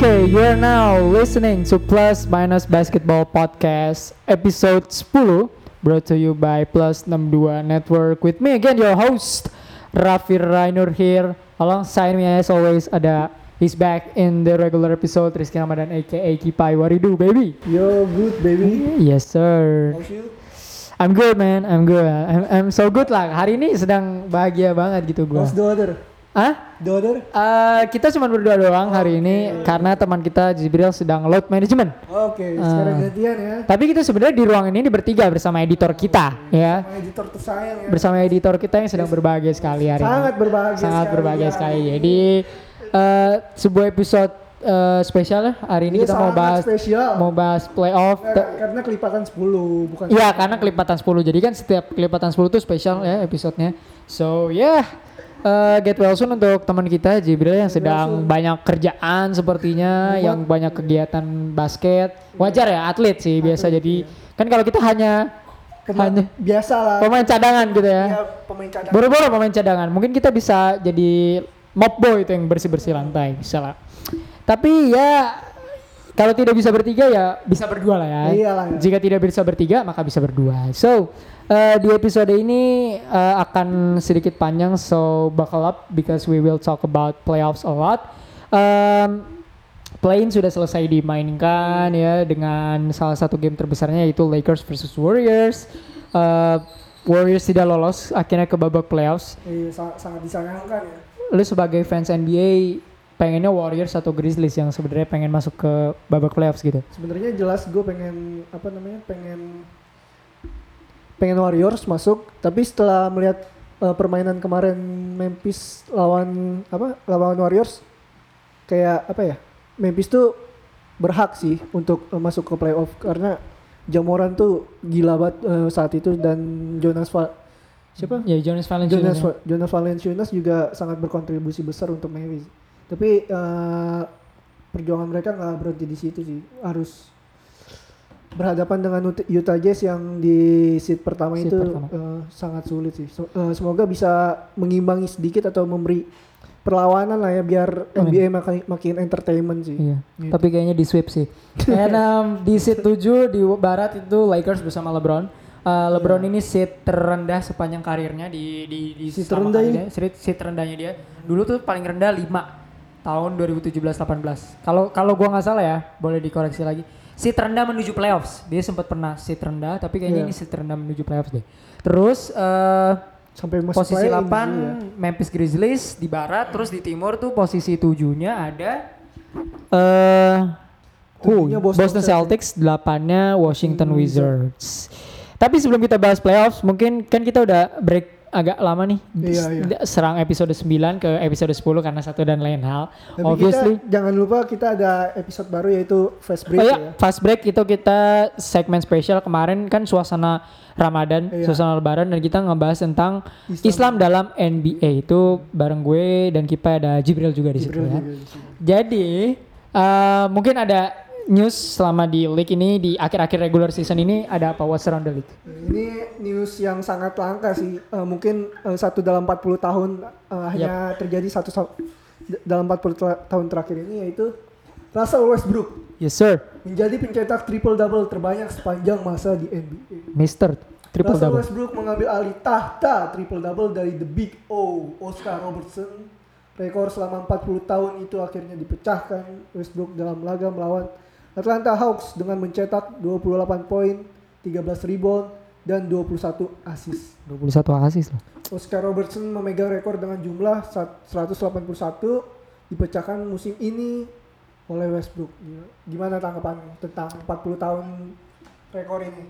Okay, you are now listening to Plus Minus Basketball Podcast episode 10 brought to you by Plus 62 Network with me again your host Raffi Rainur here. Alongside me as always ada he's back in the regular episode Rizky Ramadan aka Kipai. What do you do baby? Yo, good baby. Yes sir. How's you? I'm good man, I'm good. I'm so good lah. Hari ini sedang bahagia banget gitu gue. How's the other? Hah? The other? Kita cuma berdua doang hari ini karena teman kita Jibril sedang load management. Oke, sekarang gantian ya. Tapi kita sebenarnya di ruangan ini bertiga bersama editor kita, ya. Sama editor tersayang ya. Bersama editor kita yang sedang berbahagia sekali hari Sangat ini. berbahagia Sangat sekali, berbahagia ya. sekali. Jadi sebuah episode spesial lah. Hari ini kita mau bahas playoff. Karena kelipatan 10 bukan. Iya, karena kelipatan 10. Jadi kan setiap kelipatan 10 itu spesial ya episodenya. So, get well soon untuk teman kita Jibril yang sedang banyak kerjaan sepertinya, yang banyak kegiatan basket. Wajar ya, atlet sih biasa. Jadi kan kalau kita hanya biasa lah. pemain cadangan gitu ya. Iya, pemain cadangan. Boro-boro pemain cadangan. Mungkin kita bisa jadi mop boy itu yang bersih-bersih lantai, bisa lah. Tapi ya kalau tidak bisa bertiga ya bisa berdua lah ya. Iyalah ya. Jika tidak bisa bertiga maka bisa berdua. So di episode ini akan sedikit panjang, so buckle up because we will talk about playoffs a lot. Play-in sudah selesai dimainkan ya dengan salah satu game terbesarnya yaitu Lakers versus Warriors. Warriors tidak lolos akhirnya ke babak playoffs. Iya, sangat disayangkan ya. Lu sebagai fans NBA pengennya Warriors atau Grizzlies yang sebenarnya pengen masuk ke babak playoffs gitu? Sebenarnya jelas gue pengen Warriors masuk, tapi setelah melihat permainan kemarin Memphis lawan Warriors, kayak Memphis tuh berhak sih untuk masuk ke playoff karena Ja Morant tuh gila banget saat itu, dan Jonas Valanciunas juga sangat berkontribusi besar untuk Memphis. Tapi perjuangan mereka nggak berhenti di situ sih, harus berhadapan dengan Utah Jazz yang di seed pertama itu sangat sulit sih. Semoga bisa mengimbangi sedikit atau memberi perlawanan lah ya biar NBA makin entertainment sih. Iya. Gitu. Tapi kayaknya di sweep sih. Dan di seed 7 di barat itu Lakers bersama LeBron. LeBron ini seed terendah sepanjang karirnya di seed terendah seed terendahnya dia. Dulu tuh paling rendah 5 tahun 2017-18. Kalau gua nggak salah ya, boleh dikoreksi lagi. Seed terendah menuju playoffs. Dia sempat pernah seed terendah, tapi kayaknya ini seed terendah menuju playoffs deh. Terus sampai posisi 8 ya. Memphis Grizzlies di barat, terus di timur tuh posisi 7-nya ada Boston Celtics, 8-nya Washington Wizards. Tapi sebelum kita bahas playoffs, mungkin kan kita udah break agak lama nih. Serang episode 9 ke episode 10 karena satu dan lain hal. Tapi obviously jangan lupa kita ada episode baru yaitu Fast Break ya. Fast Break itu kita segmen spesial kemarin kan suasana Ramadan, suasana Lebaran, dan kita ngebahas tentang Islam dalam NBA. Itu bareng gue dan Kipa, ada Jibril juga di situ ya. Jadi mungkin ada news selama di league ini, di akhir-akhir regular season ini ada apa? What's around the league? Ini news yang sangat langka sih. Mungkin satu dalam 40 tahun hanya terjadi satu dalam 40 tahun terakhir ini, yaitu Russell Westbrook. Yes sir. Menjadi pencetak triple-double terbanyak sepanjang masa di NBA. Mr. Triple-double. Russell Westbrook mengambil alih tahta triple-double dari The Big O, Oscar Robertson. Rekor selama 40 tahun itu akhirnya dipecahkan Westbrook dalam laga melawan Atlanta Hawks dengan mencetak 28 poin, 13 rebound, dan 21 assist. 21 assist loh. Oscar Robertson memegang rekor dengan jumlah 181, dipecahkan musim ini oleh Westbrook. Gimana tanggapan tentang 40 tahun rekor ini?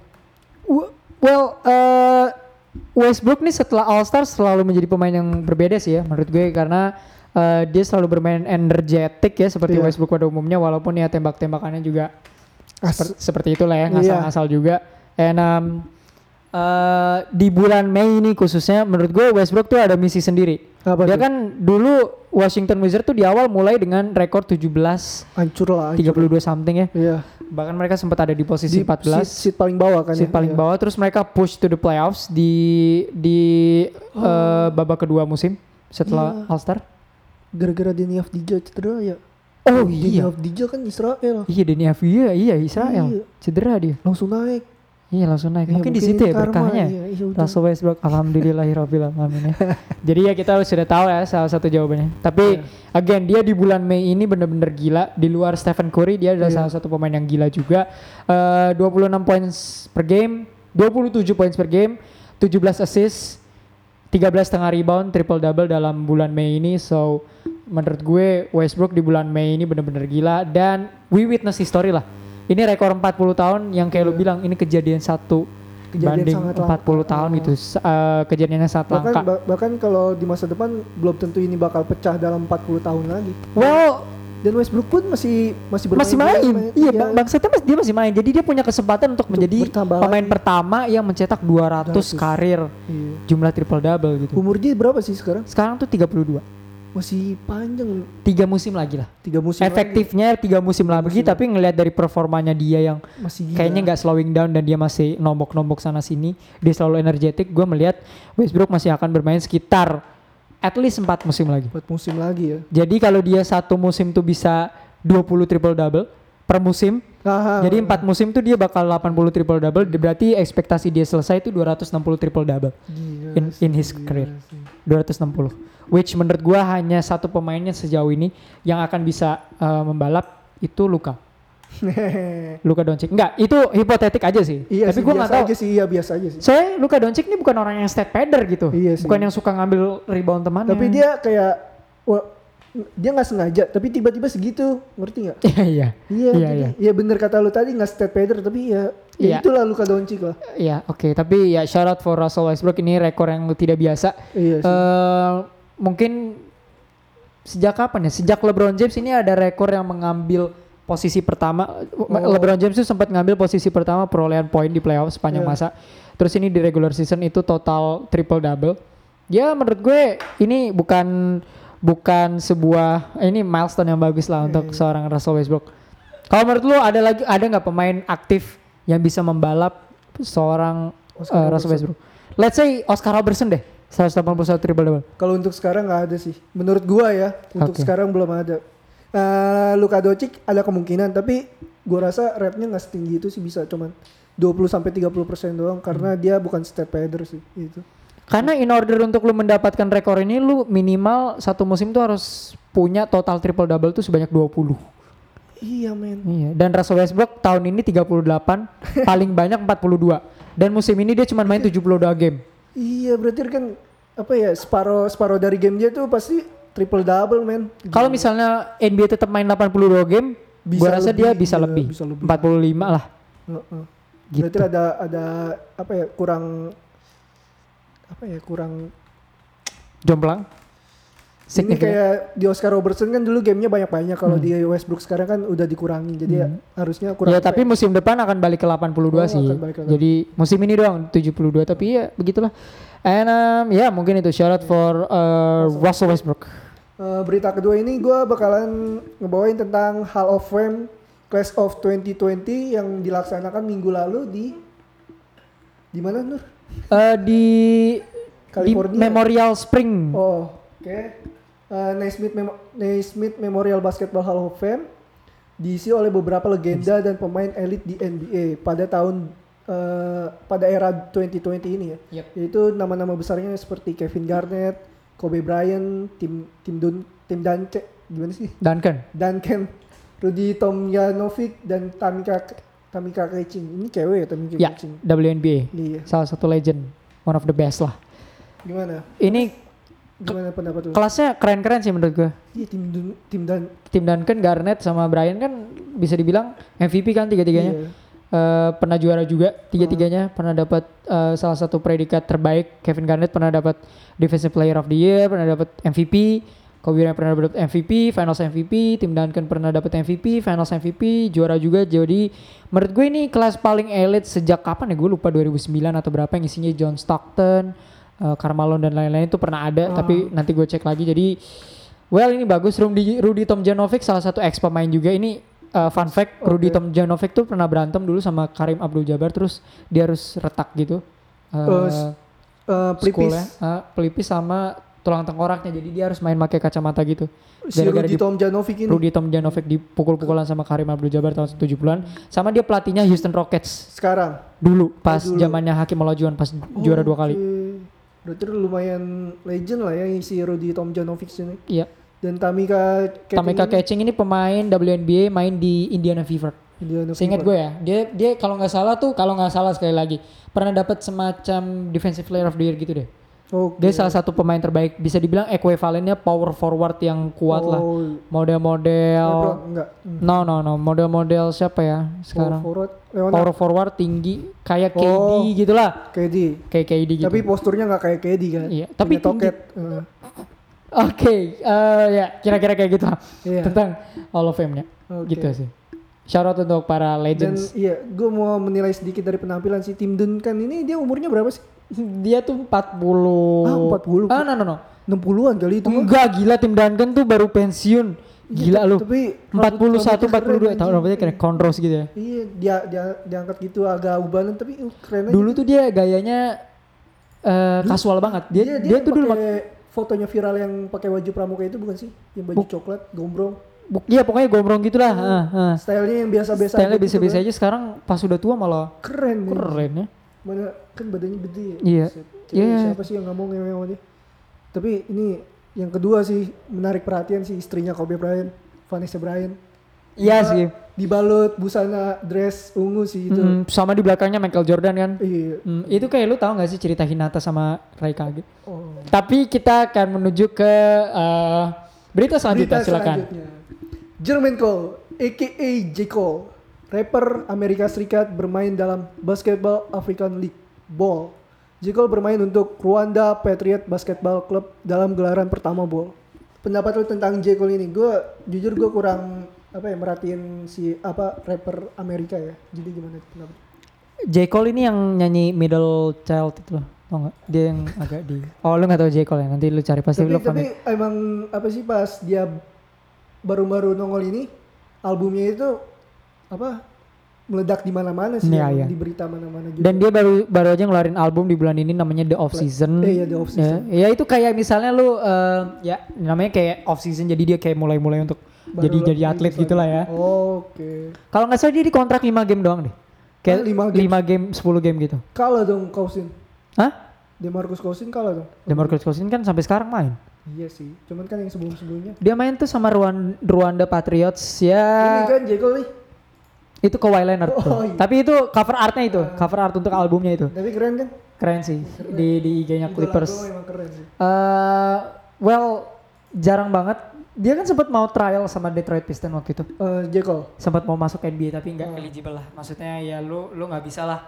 Westbrook nih setelah All-Star selalu menjadi pemain yang berbeda sih ya menurut gue, karena dia selalu bermain energetik ya seperti Westbrook pada umumnya, walaupun ya tembak-tembakannya juga seperti itulah ya, ngasal-ngasal juga. And di bulan Mei ini khususnya menurut gue Westbrook tuh ada misi sendiri. Dia kan dulu Washington Wizards tuh di awal mulai dengan rekor 17 hancur 32 something ya. Iya. Bahkan mereka sempat ada di posisi 14, seat paling bawah kan. Seat paling bawah, terus mereka push to the playoffs di babak kedua musim setelah All-Star. Gara-gara Deni Avdija cedera ya. Oh Danny iya. Avdija kan Israel. Iya Danny Avdija, iya Israel. Iya. Cedera dia. Langsung naik. Iya langsung naik. Iya, Mungkin di situ ini ya karma, berkahnya. iya, udah. Russell Westbrook, alhamdulillahirabbil alamin ya. Jadi ya kita sudah tahu ya salah satu jawabannya. Tapi again dia di bulan Mei ini benar-benar gila. Di luar Stephen Curry dia adalah salah satu pemain yang gila juga. 26 points per game, 27 points per game, 17 assist, 13,5 rebound, triple double dalam bulan Mei ini. So menurut gue Westbrook di bulan Mei ini benar-benar gila dan we witness history lah. Ini rekor 40 tahun yang kayak lu bilang ini kejadian banding 40 tahun gitu. Kejadiannya sangat langka. Bahkan kalau di masa depan belum tentu ini bakal pecah dalam 40 tahun lagi. Well, dan Westbrook pun masih bermain. Masih main. Iya, bangsatnya dia masih main. Jadi dia punya kesempatan untuk menjadi pemain pertama yang mencetak 200 karir jumlah triple double gitu. Umur dia berapa sih sekarang? Sekarang tuh 32. Masih panjang. 3 musim lagi lah. 3 musim efektifnya lagi. 3 musim lagi, tapi ngelihat dari performanya dia yang masih kayaknya nggak slowing down dan dia masih nombok-nombok sana sini, dia selalu energetik. Gue melihat Westbrook masih akan bermain sekitar at least 4 musim lagi. 4 musim lagi ya. Jadi kalau dia satu musim tuh bisa 20 triple double per musim. Jadi 4 musim tuh dia bakal 80 triple double. Berarti ekspektasi dia selesai itu 260 triple double in his career. 260. Which menurut gua hanya satu pemainnya sejauh ini yang akan bisa membalap itu Luka Doncic. Enggak, itu hipotetik aja sih. Iya, tapi gua nggak tahu. Biasa aja sih. Soalnya Luka Doncic ini bukan orang yang stat padder gitu. Iya bukan yang suka ngambil rebound temannya. Tapi dia kayak dia nggak sengaja tapi tiba-tiba segitu, ngerti nggak? Iya bener kata lu tadi, nggak stat padder tapi ya itulah Luka Doncic lah. Iya oke. Tapi ya shout out for Russell Westbrook, ini rekor yang tidak biasa. Iya sih. Mungkin sejak kapan ya? Sejak LeBron James ini ada rekor yang mengambil posisi pertama. LeBron James itu sempat ngambil posisi pertama perolehan poin di playoff sepanjang masa. Terus ini di regular season itu total triple double. Ya menurut gue ini bukan sebuah ini milestone yang bagus lah untuk seorang Russell Westbrook. Kalau menurut lu ada nggak pemain aktif yang bisa membalap seorang Russell Westbrook? Let's say Oscar Robertson deh. 181 triple double. Kalau untuk sekarang nggak ada sih. Menurut gua ya, untuk sekarang belum ada. Luka Doncic ada kemungkinan, tapi gua rasa rate-nya nggak setinggi itu sih, bisa cuman 20-30% doang karena dia bukan stat padder sih itu. Karena in order untuk lu mendapatkan rekor ini lu minimal satu musim tuh harus punya total triple double tuh sebanyak 20. Iya men. Iya. Dan Russell Westbrook tahun ini 38, paling banyak 42. Dan musim ini dia cuma main 72 game. Iya berarti kan apa ya, separuh dari game dia tuh pasti triple double men. Kalau misalnya NBA tetap main 82 game, gua rasa dia bisa lebih. 45 lah. Gitu. Berarti ada apa ya, kurang jomplang. Ini kayak di Oscar Robertson kan dulu gamenya banyak-banyak, kalau di Westbrook sekarang kan udah dikurangi, jadi harusnya kurang. Ya tapi musim depan akan balik ke 82 sih. Jadi musim ini doang 72, tapi ya begitulah. And ya mungkin itu shout out for Russell Westbrook. Berita kedua ini gue bakalan ngebawain tentang Hall of Fame Class of 2020 yang dilaksanakan minggu lalu di mana Nur? Di California. Di Memorial Spring. Oh, oke. Naismith Memorial Basketball Hall of Fame diisi oleh beberapa legenda dan pemain elit di NBA pada era 2020 ini ya. Yep. Yaitu nama-nama besarnya seperti Kevin Garnett, Kobe Bryant, Tim Duncan, Rudy Tomjanovic dan Tamika Catching. Ini cewek ya, Tamika Catching. Ya, WNBA. Iya. Salah satu legend, one of the best lah. Gimana? Ini gimana pendapat lu? Kelasnya keren-keren sih menurut gue. Iya, Tim Duncan, Garnett sama Bryant kan bisa dibilang MVP kan tiga-tiganya. Iya. Pernah juara juga tiga-tiganya, pernah dapat salah satu predikat terbaik. Kevin Garnett pernah dapat Defensive Player of the Year, pernah dapat MVP. Kobe Bryant pernah dapat MVP, Finals MVP. Tim Duncan pernah dapat MVP, Finals MVP, juara juga. Jadi menurut gue ini kelas paling elit sejak kapan ya, gue lupa, 2009 atau berapa, yang isinya John Stockton, Karl dan lain-lain itu pernah ada, tapi nanti gue cek lagi. Jadi ini bagus. Rudy Tomjanovic salah satu ex pemain juga. Ini fun fact, Rudy Tomjanovic tuh pernah berantem dulu sama Kareem Abdul-Jabbar, terus dia harus retak gitu. Pelipis sama tulang tengkoraknya, jadi dia harus main pakai kacamata gitu. Si Rudy Tomjanovic ini. Rudy Tomjanovic dipukul-pukulan sama Karim Abdul-Jabbar tahun 70-an. Sama dia pelatihnya Houston Rockets. Sekarang? Dulu pas zamannya Hakim Olajuwon pas juara 2 kali. Berarti lumayan legend lah ya si Rudy Tomjanovic ini. Iya. Dan Tamika Catching ini pemain WNBA, main di Indiana Fever. Seingat gue ya, dia kalau nggak salah sekali lagi pernah dapat semacam Defensive Player of the Year gitu deh. Okay. Dia salah satu pemain terbaik, bisa dibilang ekuivalennya power forward yang kuat lah. Model-model model-model siapa ya sekarang? Power forward tinggi kayak KD gitulah. Kayak KD gitu. Tapi posturnya nggak kayak KD kan? Iya, tapi toket. Ya kira-kira kayak gitu tentang Hall of Fame-nya. Gitu sih. Shout out untuk para legends. Dan gue mau menilai sedikit dari penampilan si Tim Duncan ini, dia umurnya berapa sih? Dia tuh 40. 40. No. 60-an kali itu. Enggak, gila, Tim Duncan tuh baru pensiun. Gila lu. Tapi 41, 42 tahun rambutnya kayak cornrows gitu ya. Iya, dia diangkat gitu agak ubanan tapi keren aja. Dulu tuh dia gayanya kasual banget. Dia tuh dulu fotonya viral yang pakai baju pramuka itu bukan sih? Yang baju coklat, gombrong. Iya pokoknya gombrong gitulah. Stylenya yang biasa-biasa. Stylenya biasa-biasa aja. Sekarang pas udah tua malah keren ya. Mana kan badannya gede ya. Iya. Siapa sih yang nggak mau ngewe dia? Tapi ini yang kedua sih menarik perhatian sih, istrinya Kobe Bryant, Vanessa Bryant. Iya sih. Dibalut busana dress ungu sih itu. Sama di belakangnya Michael Jordan kan. Iya. Itu kayak lu tahu nggak sih cerita Hinata sama Raikage? Tapi kita akan menuju ke berita selanjutnya, silakan. Jermaine Cole, aka J. Cole, rapper Amerika Serikat bermain dalam Basketball African League Ball. J. Cole bermain untuk Rwanda Patriot Basketball Club dalam gelaran pertama Ball. Pendapat lu tentang J. Cole ini? Jujur gue kurang merhatiin si rapper Amerika ya. Jadi gimana pendapat? J. Cole ini yang nyanyi Middle Child itu loh. Tau gak? Dia yang agak di... Oh lu gak tahu J. Cole ya? Nanti lu cari pasti lu Tapi emang pas dia baru-baru nongol ini, albumnya itu meledak di mana-mana sih, di berita mana-mana juga. Dan dia baru aja ngeluarin album di bulan ini namanya The Off Season. The Off Season. Ya itu kayak misalnya lu namanya kayak off season, jadi dia kayak mulai untuk jadi atlet gitulah ya. Oke. Kalau nggak salah dia di kontrak 5 game doang deh. Kayak 5 game 10 game gitu. Kalah dong Cousins. Hah? DeMarcus Cousins kalah dong. DeMarcus Cousins kan sampai sekarang main. Iya sih, cuman kan yang sebelumnya dia main tuh sama Rwanda Patriots ya. Ini kan J. Cole nih. Itu Kawhi Leonard tuh. Iya. Tapi itu cover artnya itu, cover art untuk albumnya itu. Tapi keren kan? Keren sih. Keren. Di IG-nya Clippers. Memang keren sih. Jarang banget. Dia kan sempat mau trial sama Detroit Pistons waktu itu. J. Cole sempat mau masuk NBA tapi nggak eligible lah. Maksudnya ya lu nggak bisa lah.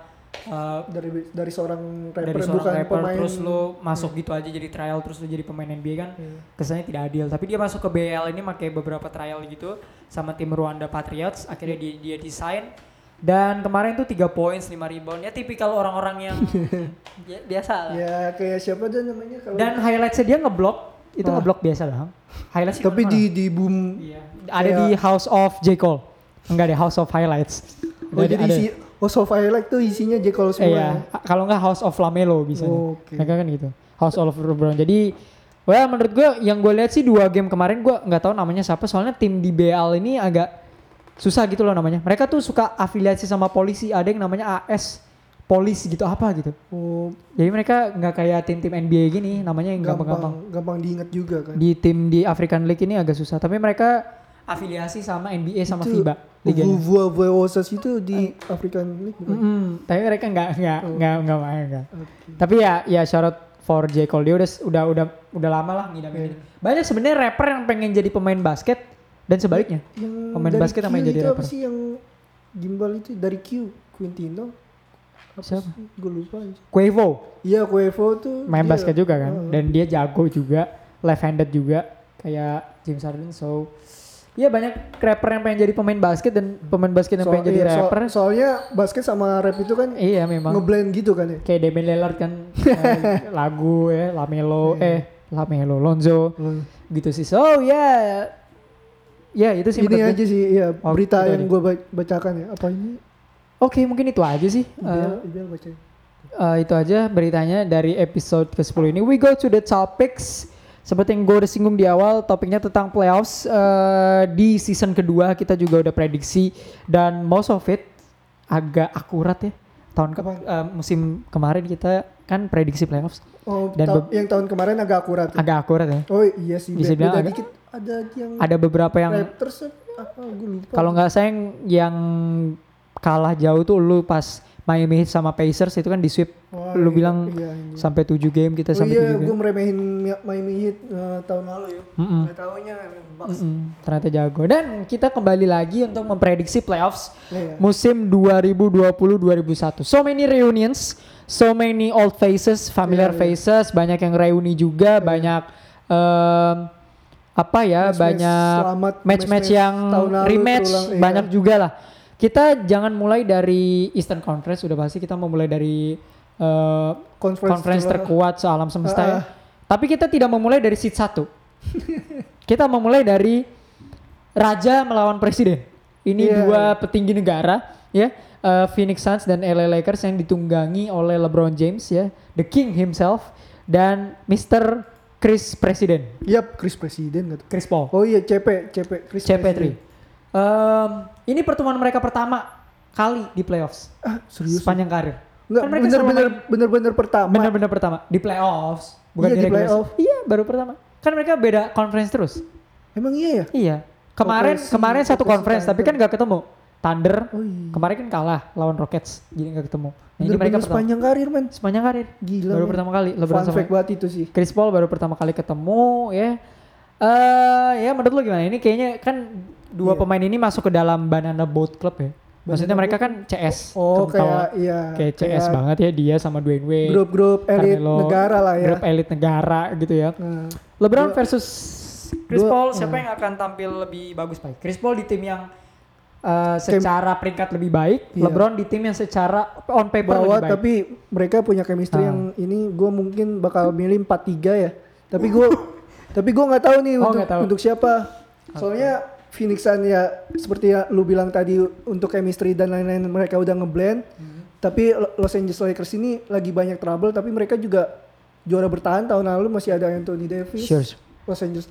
Dari seorang rapper bukan pemain, terus lu masuk gitu aja jadi trial terus lu jadi pemain NBA kan kesannya tidak adil. Tapi dia masuk ke BL ini pakai beberapa trial gitu sama tim Rwanda Patriots, akhirnya dia desain dan kemarin tuh 3 poin 5 rebound ya, tipikal orang-orang yang biasa lah ya kayak siapa aja namanya kalau dan highlightsnya dia ngeblok itu ngeblok biasa lah highlights tapi di boom ada di House of J. Cole, enggak deh, House of Highlights. Jadi House of Highlight tuh isinya J. Cole semua. Iya, kalau nggak House of Lamelo bisa. Mereka kan gitu. House of LeBron. Jadi, menurut gue yang gue lihat sih 2 game kemarin gue nggak tahu namanya siapa. Soalnya tim di BL ini agak susah gitu loh namanya. Mereka tuh suka afiliasi sama polisi. Ada yang namanya AS Polis gitu apa gitu. Jadi mereka nggak kayak tim-tim NBA gini. Namanya yang gampang diingat juga kan. Di tim di African League ini agak susah. Tapi mereka afiliasi sama NBA sama itu FIBA liganya. Vuosas itu di African League bukan? Tapi mereka nggak main kan. Okay. Tapi ya shout out for J. Cole, dia udah lama lah ngidamin. Banyak sebenarnya rapper yang pengen jadi pemain basket dan sebaliknya. Pemain basket yang pengen jadi rapper. Apa sih yang gimbal itu dari Quintino? Siapa? Gue lupa aja. Quavo. Iya, Quavo tuh main basket juga kan. Dan dia jago juga, left handed juga kayak James Harden. So iya banyak rapper yang pengen jadi pemain basket dan pemain basket yang pengen jadi rapper. Soalnya basket sama rap itu kan memang ngeblend gitu kan ya. Kayak Damian Lillard kan lagu Lamelo, Lonzo gitu sih. So ya itu sih. Ini aja sih berita yang gue bacakan ya. Apa ini? Oke, mungkin itu aja sih. Ibel bacain. Itu aja beritanya dari episode ke-10 ini. We go to the topics. seperti yang gue udah singgung di awal, topiknya tentang playoffs. Di season kedua kita juga udah prediksi dan most of it agak akurat ya. Musim kemarin kita kan prediksi playoffs. Oh, dan yang tahun kemarin agak akurat. Ya? Agak akurat ya. Oh iya sih. Bisa bilang dikit. Ada beberapa yang Raptors apa gue lupa. Kalau nggak sayang yang kalah jauh tuh lu pas Miami Heat sama Pacers itu kan di sweep. Lu bilang sampai 7 game kita sampai 7 game. Gue meremehin Miami Heat tahun lalu ya. Nggak taunya Bucks. Ternyata jago. Dan kita kembali lagi untuk memprediksi playoffs musim 2020-2021. So many reunions, so many old faces, familiar faces, banyak yang reuni juga, banyak match-match yang rematch banyak juga lah. Kita jangan mulai dari Eastern Conference, udah pasti kita mau mulai dari conference terkuat sealam semesta ya. Tapi kita tidak memulai dari seed 1. Kita memulai dari raja melawan presiden. Ini dua petinggi negara ya, Phoenix Suns dan LA Lakers yang ditunggangi oleh LeBron James ya, the king himself, dan Mr. Chris Presiden. Chris Presiden gitu. Chris Paul. Oh iya, Chris CP3. Ini pertemuan mereka pertama kali di playoffs. Serius? Sepanjang karir. Enggak, bener-bener pertama. Bener-bener pertama di playoffs, bukan di playoff. Iya, baru pertama. Kan mereka beda conference terus. Emang iya ya? Iya. Kemarin satu conference tapi kan gak ketemu. Thunder kemarin kan kalah lawan Rockets, jadi gak ketemu. Nah, ini mereka sepanjang karir, men. Sepanjang karir. Gila. Baru pertama kali. Fun fact banget itu sih. Chris Paul baru pertama kali ketemu ya. Ya menurut lu gimana? Ini kayaknya kan dua pemain ini masuk ke dalam Banana Boat Club ya. Maksudnya mereka kan CS. Oh, kayak CS banget ya dia sama Dwayne Wade. Grup elit negara lah ya. Grup elit negara gitu ya. LeBron versus Chris Paul, siapa yang akan tampil lebih bagus, Pak? Chris Paul di tim yang secara peringkat lebih baik, LeBron di tim yang secara on paper lebih baik. Tapi mereka punya chemistry yang ini gue mungkin bakal milih 4-3 ya. Tapi gue nggak tahu nih untuk siapa. Soalnya Phoenix Suns ya seperti ya lu bilang tadi untuk chemistry dan lain-lain mereka udah ngeblend. Tapi Los Angeles Lakers ini lagi banyak trouble, tapi mereka juga juara bertahan tahun lalu, masih ada Anthony Davis. Sure. Los Angeles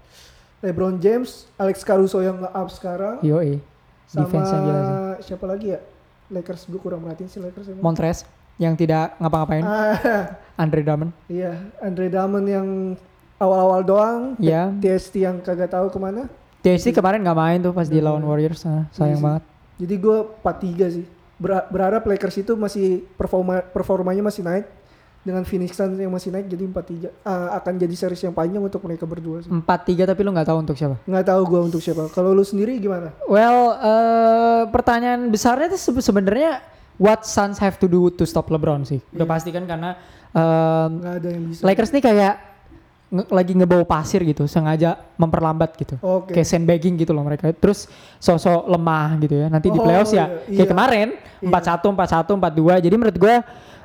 LeBron James, Alex Caruso yang nge-up sekarang. Yoi. Sama siapa lagi ya? Lakers, gue kurang merhatiin sih Lakers. Montrez yang tidak ngapa-ngapain. Andre Drummond. Iya, Andre Drummond yang awal-awal doang. Iya. TST yang kagak tahu kemana. TST kemarin gak main tuh pas di lawan Warriors. Sayang banget. Jadi gue 4-3 sih. Berharap Lakers itu masih performanya masih naik. Dengan Phoenix Suns yang masih naik jadi 4-3. Akan jadi series yang panjang untuk mereka berdua sih. 4-3 tapi lu gak tahu untuk siapa? Gak tahu gue untuk siapa. Kalau lu sendiri gimana? Well, pertanyaan besarnya itu sebenarnya what Suns have to do to stop LeBron sih. Udah pasti kan karena gak ada yang bisa. Lakers nih kayak lagi ngebawa pasir gitu, sengaja memperlambat gitu. Kayak sandbagging gitu loh mereka. Terus sosok lemah gitu ya. Nanti di playoffs kayak kemarin 4-1, 4-1, 4-2. Jadi menurut gue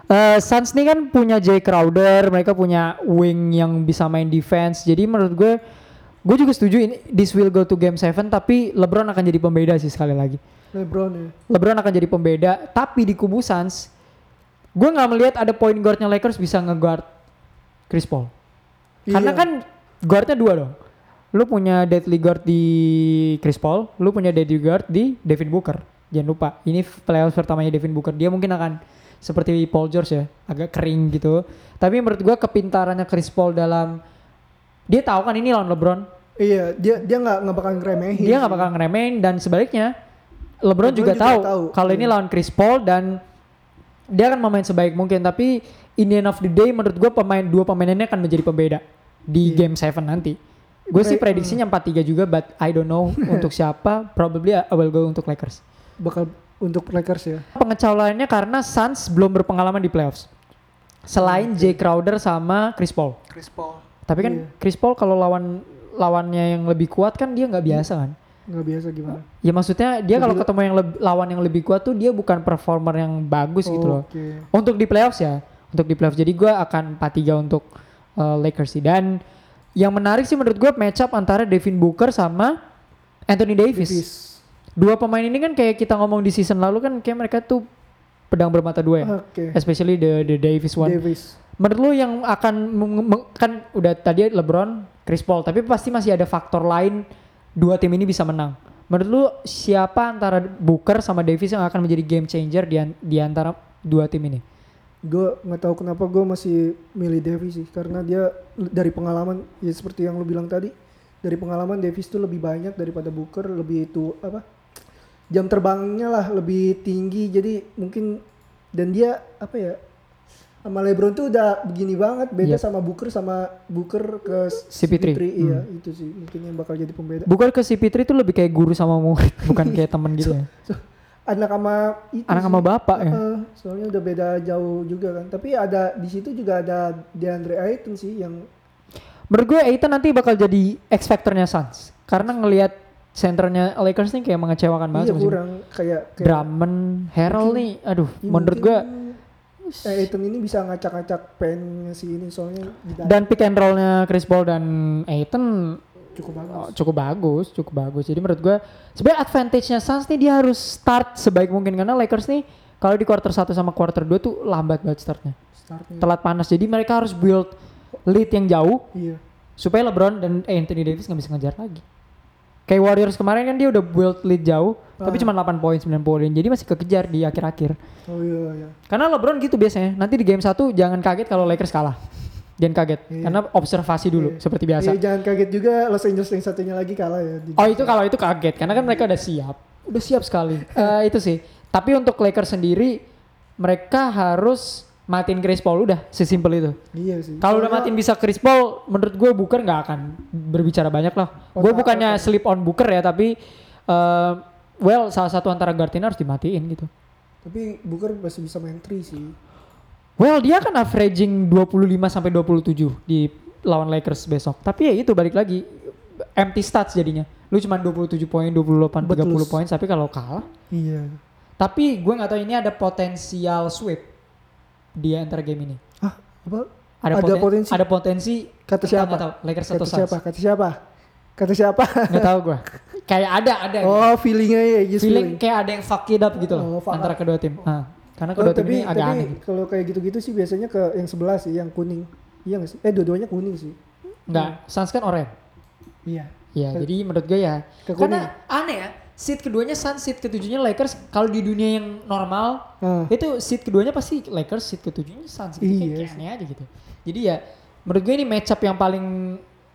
Suns nih kan punya Jay Crowder, mereka punya wing yang bisa main defense. Jadi menurut gue juga setuju ini this will go to game 7, tapi LeBron akan jadi pembeda sih sekali lagi. LeBron akan jadi pembeda, tapi di kubu Suns gue nggak melihat ada point guardnya Lakers bisa nge-guard Chris Paul. Karena kan guardnya dua dong. Lu punya deadly guard di Chris Paul, lu punya deadly guard di Devin Booker. Jangan lupa, ini playoffs pertamanya Devin Booker. Dia mungkin akan seperti Paul George ya, agak kering gitu. Tapi menurut gua kepintarannya Chris Paul dalam, dia tahu kan ini lawan LeBron. Iya, dia nggak bakal ngeremehin. Dia nggak bakal ngeremehin, dan sebaliknya LeBron juga tahu kalau ini lawan Chris Paul dan dia akan memain sebaik mungkin. Tapi in the end of the day menurut gua dua pemain ini akan menjadi pembeda di game 7 nanti. Gue sih prediksinya 4-3 juga, but I don't know untuk siapa. Probably I will go untuk Lakers. Bakal untuk Lakers ya. Pengecaulannya karena Suns belum berpengalaman di playoffs. Selain Jay Crowder sama Chris Paul. Tapi kan Chris Paul kalau lawannya yang lebih kuat kan dia nggak biasa kan. Nggak biasa gimana? Ya maksudnya dia kalau ketemu lawan yang lebih kuat tuh dia bukan performer yang bagus gitu loh. Untuk di playoffs ya. Untuk di playoffs. Jadi gue akan 4-3 untuk Lakers sih. Dan yang menarik sih menurut gue match up antara Devin Booker sama Anthony Davis. Dua pemain ini kan kayak kita ngomong di season lalu kan kayak mereka tuh pedang bermata dua ya. Oke. Especially the Davis one. Davis. Menurut lu yang akan kan udah tadi LeBron, Chris Paul, tapi pasti masih ada faktor lain dua tim ini bisa menang. Menurut lu siapa antara Booker sama Davis yang akan menjadi game changer di antara dua tim ini? Gue nggak tahu kenapa gue masih milih Davis sih, karena dia dari pengalaman ya seperti yang lu bilang tadi, dari pengalaman Davis tuh lebih banyak daripada Booker, lebih itu apa? Jam terbangnya lah lebih tinggi, jadi mungkin dan dia apa ya? Sama LeBron tuh udah begini banget, beda sama Booker ke CP3. Iya, itu sih mungkin yang bakal jadi pembeda. Booker ke CP3 itu lebih kayak guru sama murid, bukan kayak temen gitu ya. Anak sama bapak ya. Soalnya udah beda jauh juga kan. Tapi ada di situ juga ada DeAndre Ayton sih yang menurut gue Ayton nanti bakal jadi X factornya Suns. Karena ngelihat senternya Lakers nih kayak mengecewakan banget. Iya kurang kayak Drummond, Harrell nih, aduh menurut gue Ayton ini bisa ngacak-ngacak pennya si ini soalnya dan pick and rollnya Chris Paul dan Ayton cukup bagus. cukup bagus. Jadi menurut gue sebenarnya advantage-nya Suns nih dia harus start sebaik mungkin karena Lakers nih kalau di quarter 1 sama quarter 2 tuh lambat banget startnya. Telat panas. Jadi mereka harus build lead yang jauh supaya LeBron dan Anthony Davis nggak bisa ngejar lagi. Kayak Warriors kemarin kan dia udah build lead jauh tapi cuma 8 poin 9 poin. Jadi masih kekejar di akhir-akhir. Oh iya. Karena LeBron gitu biasanya. Nanti di game 1 jangan kaget kalau Lakers kalah. Jangan kaget. Karena observasi dulu seperti biasa. Iya, jangan kaget juga Los Angeles yang satunya lagi kalah ya. Kalau itu kaget karena kan mereka udah siap. Udah siap sekali. Itu sih. Tapi untuk Lakers sendiri mereka harus matiin Chris Paul udah sesimpel itu. Iya sih. Kalau udah matiin bisa Chris Paul, menurut gue Booker nggak akan berbicara banyak lah. Gue bukannya sleep on Booker ya, tapi salah satu antara guardnya harus dimatiin gitu. Tapi Booker masih bisa main 3 sih. Dia kan averaging 25 sampai 27 di lawan Lakers besok. Tapi ya itu balik lagi empty stats jadinya. Lu cuma 27 poin, 28, 30 poin, tapi kalau kalah. Iya. Tapi gue nggak tahu ini ada potensial sweep di antara game ini. Apa? Ada potensi. Kata siapa? Nggak tahu. Lakers atau Suns. Kata siapa? Nggak tahu gue. Kayak ada. Oh, feelingnya ya. Feeling kayak ada yang fuck it up gitu loh antara kedua tim. Karena kedua tim ini agak aneh. Gitu. Kalau kayak gitu-gitu sih biasanya ke yang sebelah sih, yang kuning. Iya nggak sih? Dua-duanya kuning sih. Enggak, Suns kan oranye. Iya. Iya, jadi menurut gue ya. Karena aneh ya. Seed keduanya Suns, seed ketujuhnya Lakers. Kalau di dunia yang normal, itu seed keduanya pasti Lakers, seed ketujuhnya Suns. Kayak aneh aja gitu. Jadi ya, menurut gue ini matchup yang paling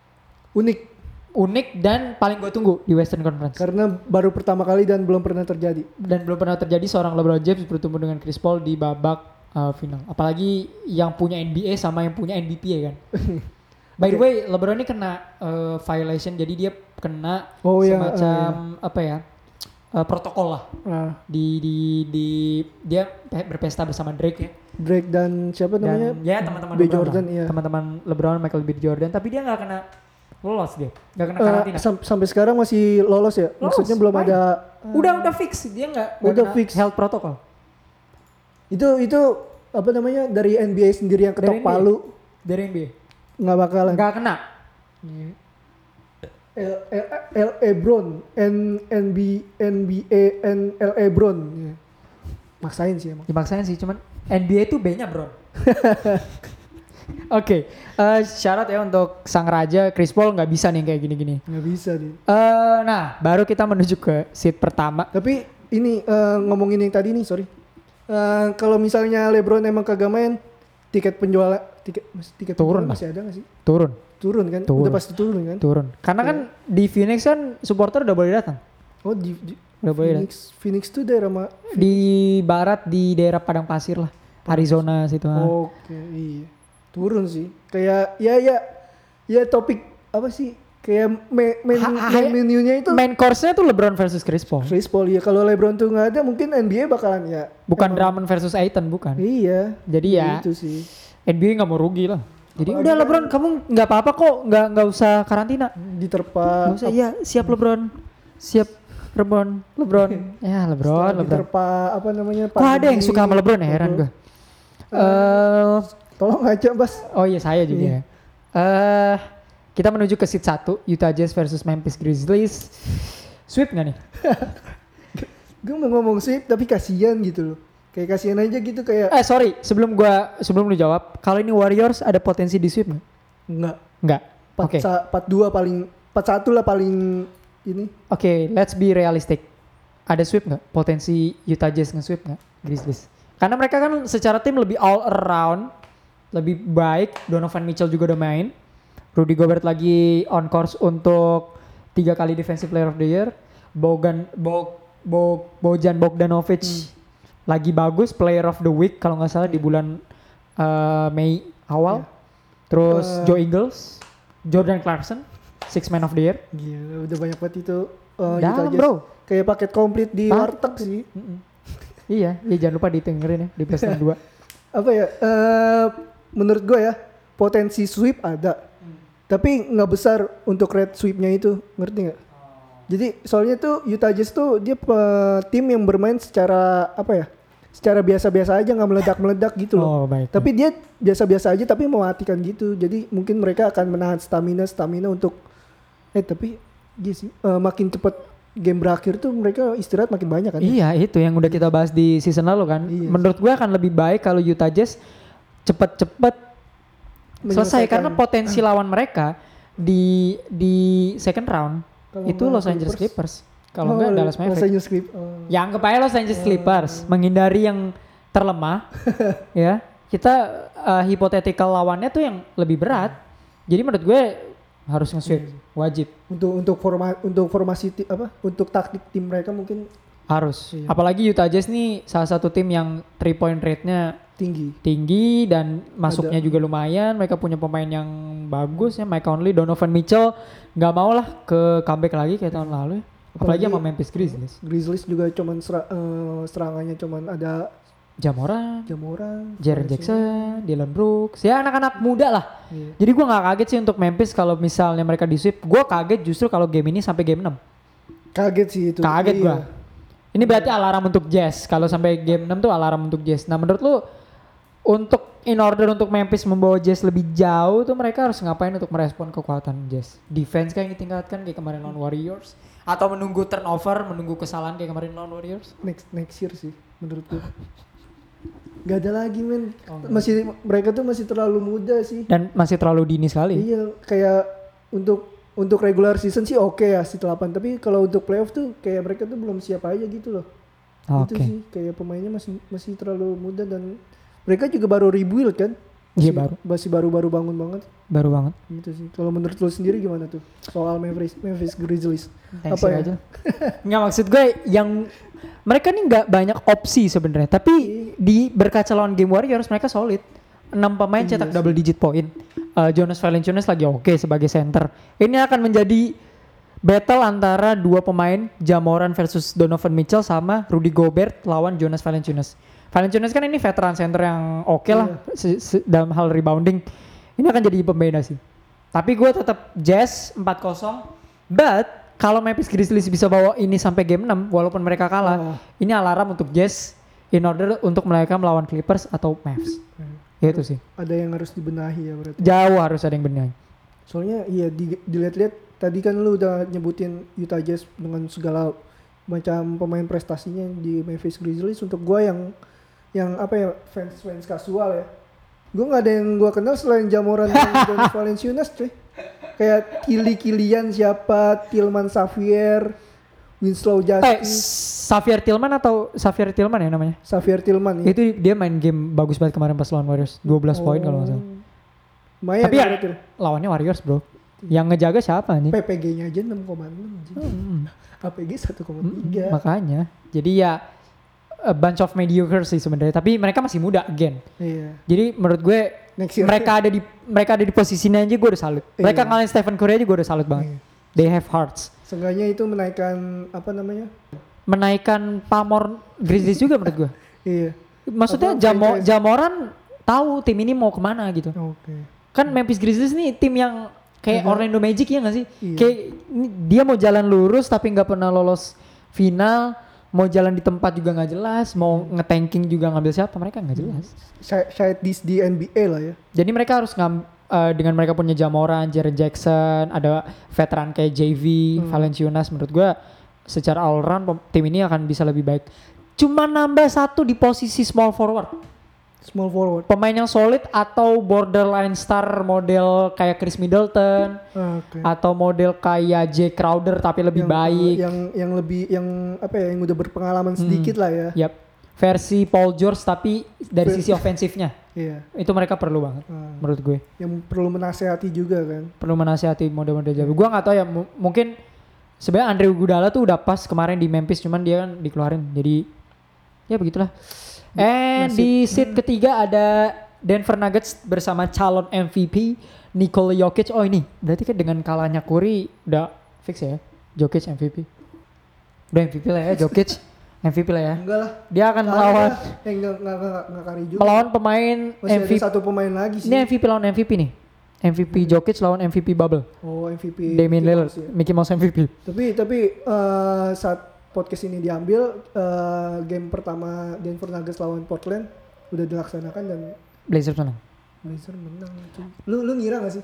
unik dan paling gue tunggu di Western Conference. Karena baru pertama kali dan belum pernah terjadi. Seorang LeBron James bertemu dengan Chris Paul di babak final. Apalagi yang punya NBA sama yang punya MVP ya kan. By the way, LeBron ini kena violation, jadi dia kena semacam apa ya? Protokol lah. Di dia berpesta bersama Drake ya. Drake dan siapa namanya? Ya teman-teman B. Jordan iya. Teman-teman LeBron, Michael B. Jordan, tapi dia nggak kena lolos dia. Nggak kena karantina. Sampai sekarang masih lolos ya? Maksudnya belum ada udah fix, dia nggak fix health protocol. Itu apa namanya? Dari NBA sendiri yang ketok palu. Dari NBA. Nggak bakalan. Nggak kena. LeBron, LeBron. Maksain sih emang. Dimaksain sih, cuman NBA tuh B-nya Bron. Oke, syarat ya untuk sang raja Chris Paul nggak bisa nih kayak gini-gini. Nggak bisa nih. Nah, baru kita menuju ke seat pertama. Tapi ini ngomongin yang tadi nih, sorry. Kalau misalnya LeBron emang kagak main, tiket turun masih ada nggak sih? Turun kan? Udah pasti turun kan? Turun. Karena kan di Phoenix kan supporter udah boleh datang. Oh udah boleh Phoenix tuh daerah di barat di daerah Padang Pasir lah, Arizona situ. Oke, iya. Turun sih. Kayak ya topik apa sih? Kayak main menunya itu. Main course-nya tuh LeBron versus Chris Paul. Ya. Kalau LeBron tuh nggak ada, mungkin NBA bakalan ya. Bukan Drummond versus Ayton, bukan. Iya. Jadi ya. Itu sih. NBA nggak mau rugi lah. Jadi udah LeBron kamu nggak apa-apa kok, nggak usah karantina. Diterpa. Nggak usah. Iya, siap LeBron. Siap LeBron. Ya LeBron. Diterpa apa namanya? Kok ada yang suka sama LeBron ya, heran gue. Tolong aja Bas. Oh iya saya juga ya. Kita menuju ke seat 1, Utah Jazz versus Memphis Grizzlies. Sweep gak nih? Gue mau ngomong sweep tapi kasihan gitu loh. Kayak kasihan aja gitu kayak. Sorry, sebelum lu jawab, kalau ini Warriors ada potensi di sweep nggak? Nggak. Oke. 4-2 paling 4-1 lah paling ini. Oke, let's be realistic. Ada sweep nggak? Potensi Utah Jazz nge-sweep nggak Grizzlies? Karena mereka kan secara tim lebih all around, lebih baik. Donovan Mitchell juga udah main. Rudy Gobert lagi on course untuk 3 kali Defensive Player of the Year. Bojan Bogdanovic lagi bagus, Player of the Week kalau nggak salah di bulan Mei awal. Terus Joe Ingles, Jordan Clarkson, Six Man of the Year. Gila, udah banyak banget itu. Dalam bro. Kayak paket komplit di warteg sih. Iya, jangan lupa didengerin ya di plus 62. Apa ya? Menurut gue ya, potensi sweep ada. Tapi nggak besar untuk red sweepnya itu, ngerti nggak? Jadi soalnya tuh Utah Jazz tuh dia tim yang bermain secara apa ya? Secara biasa-biasa aja, nggak meledak-meledak gitu loh. Baik. Tapi dia biasa-biasa aja tapi mematikan gitu. Jadi mungkin mereka akan menahan stamina untuk tapi dia sih makin cepet game berakhir tuh mereka istirahat makin banyak kan. Iya, itu yang udah kita bahas di season lalu kan. Iya. Menurut gue akan lebih baik kalau Utah Jazz cepet-cepet selesai karena potensi lawan mereka di second round kalo itu Los Angeles Clippers. Kalau enggak Dallas Mavericks. Los Angeles Clippers. Ya anggap aja Los Angeles Clippers menghindari yang terlemah. Ya, kita hypothetical lawannya tuh yang lebih berat. Jadi menurut gue harus nge-sweep, wajib. Untuk formasi untuk taktik tim mereka mungkin harus. Iya. Apalagi Utah Jazz nih salah satu tim yang 3 point rate-nya tinggi dan masuknya juga lumayan. Mereka punya pemain yang bagus ya, Mike Conley, Donovan Mitchell nggak mau lah ke comeback lagi kayak tahun lalu ya. Apalagi sama Memphis Grizzlies. Grizzlies juga cuman serangannya cuman ada Jamoran, Jaren Jackson, Dylan Brooks, ya anak-anak muda lah. Iya. Jadi gue nggak kaget sih untuk Memphis kalau misalnya mereka di sweep. Gue kaget justru kalau game ini sampai game 6. Kaget sih itu. Kaget gue. Ini berarti alarm untuk Jazz. Kalau sampai game 6 tuh alarm untuk Jazz. Nah menurut lu untuk in order untuk Memphis membawa Jazz lebih jauh tuh mereka harus ngapain untuk merespon kekuatan Jazz? Defense kayak yang ditingkatkan kayak kemarin lawan Warriors? Atau menunggu turnover, menunggu kesalahan kayak kemarin lawan Warriors? Next year sih menurut gue. Gak ada lagi men. Mereka tuh masih terlalu muda sih. Dan masih terlalu dini sekali. Iya, kayak untuk regular season sih oke ya si 8, tapi kalau untuk playoff tuh kayak mereka tuh belum siap aja gitu loh. Itu sih kayak pemainnya masih terlalu muda dan mereka juga baru rebuild kan. Masih baru bangun banget. Baru banget. Gitu sih. Kalau menurut lo sendiri gimana tuh soal Memphis Grizzlies? Apa ya? Aja. Nggak, maksud gue yang mereka nih nggak banyak opsi sebenarnya, tapi di berkaca lawan game Warriors mereka solid. 6 pemain cetak double digit point. Jonas Valanciunas lagi oke sebagai center. Ini akan menjadi battle antara 2 pemain, Jamoran versus Donovan Mitchell sama Rudy Gobert lawan Jonas Valanciunas. Valanciunas kan ini veteran center yang oke lah dalam hal rebounding. Ini akan jadi pembeda sih. Tapi gue tetap Jazz 4-0. But kalau Memphis Grizzlies bisa bawa ini sampai game 6 walaupun mereka kalah, ini alarm untuk Jazz in order untuk mereka melawan Clippers atau Mavs. Itu sih. Ada yang harus dibenahi ya berarti. Jauh harus ada yang benahi. Soalnya iya dilihat-lihat tadi kan lu udah nyebutin Utah Jazz dengan segala macam pemain prestasinya di Memphis Grizzlies. Untuk gue yang apa ya fans kasual ya, gue nggak ada yang gue kenal selain Jamoran dan Valanciunas cuy. Kayak Kilian siapa, Tillman Xavier, Winslow Justice. Xavier Tillman atau Xavier Tillman ya namanya? Xavier Tillman ya. Itu dia main game bagus banget kemarin pas lawan Warriors, 12 poin kalau nggak salah. Lumayan. Tapi ya lawannya Warriors bro. Yang ngejaga siapa nih? PPG-nya aja 6,6 APG 1,3. Makanya. Jadi ya a bunch of mediocre sih sebenarnya, tapi mereka masih muda again. Iya. Jadi menurut gue mereka ada di posisinya aja gue udah salut. Mereka ngalahin Stephen Curry aja gue udah salut banget. They have hearts. Seenggaknya itu menaikkan apa namanya? Menaikkan pamor Grizzlies juga menurut gue. Iya. Maksudnya Jamoran tahu tim ini mau kemana gitu. Oke. Kan Memphis Grizzlies nih tim yang kayak Orlando Magic ya nggak sih? Iya. Kayak dia mau jalan lurus tapi nggak pernah lolos final. Mau jalan di tempat juga nggak jelas, mau nge-tanking juga ngambil siapa, mereka nggak jelas. Saya di NBA lah ya. Jadi mereka harus dengan mereka punya Jamoran, Jaren Jackson, ada veteran kayak JV, Valanciunas, menurut gue secara all round tim ini akan bisa lebih baik. cuma nambah satu di posisi small forward. Small forward. Pemain yang solid atau borderline star model kayak Chris Middleton atau model kayak Jay Crowder tapi lebih baik. Yang lebih yang apa ya, yang udah berpengalaman sedikit lah ya. Yap. Versi Paul George tapi dari sisi ofensifnya. Iya. Itu mereka perlu banget menurut gue. Yang perlu menasehati juga kan. Perlu menasehati model-model jago. Gue nggak tahu ya, mungkin sebenarnya Andre Iguodala tuh udah pas kemarin di Memphis, cuman dia kan dikeluarin. Jadi ya begitulah. Di seat ketiga ada Denver Nuggets bersama calon MVP Nikola Jokic. Oh ini berarti kan dengan kalahnya Curry udah fix ya Jokic MVP. Udah MVP lah ya Jokic. MVP lah ya. Enggak lah. Dia akan melawan enggak Curry juga. Melawan pemain masih MVP. Ada satu pemain lagi sih. Ini MVP lawan MVP nih. MVP Jokic lawan MVP Bubble. Oh, MVP Damian Lillard, Mickey Mouse MVP. Tapi saat podcast ini diambil, game pertama Denver Nuggets lawan Portland udah dilaksanakan dan Blazers menang. Blazers menang. Lu ngira gak sih?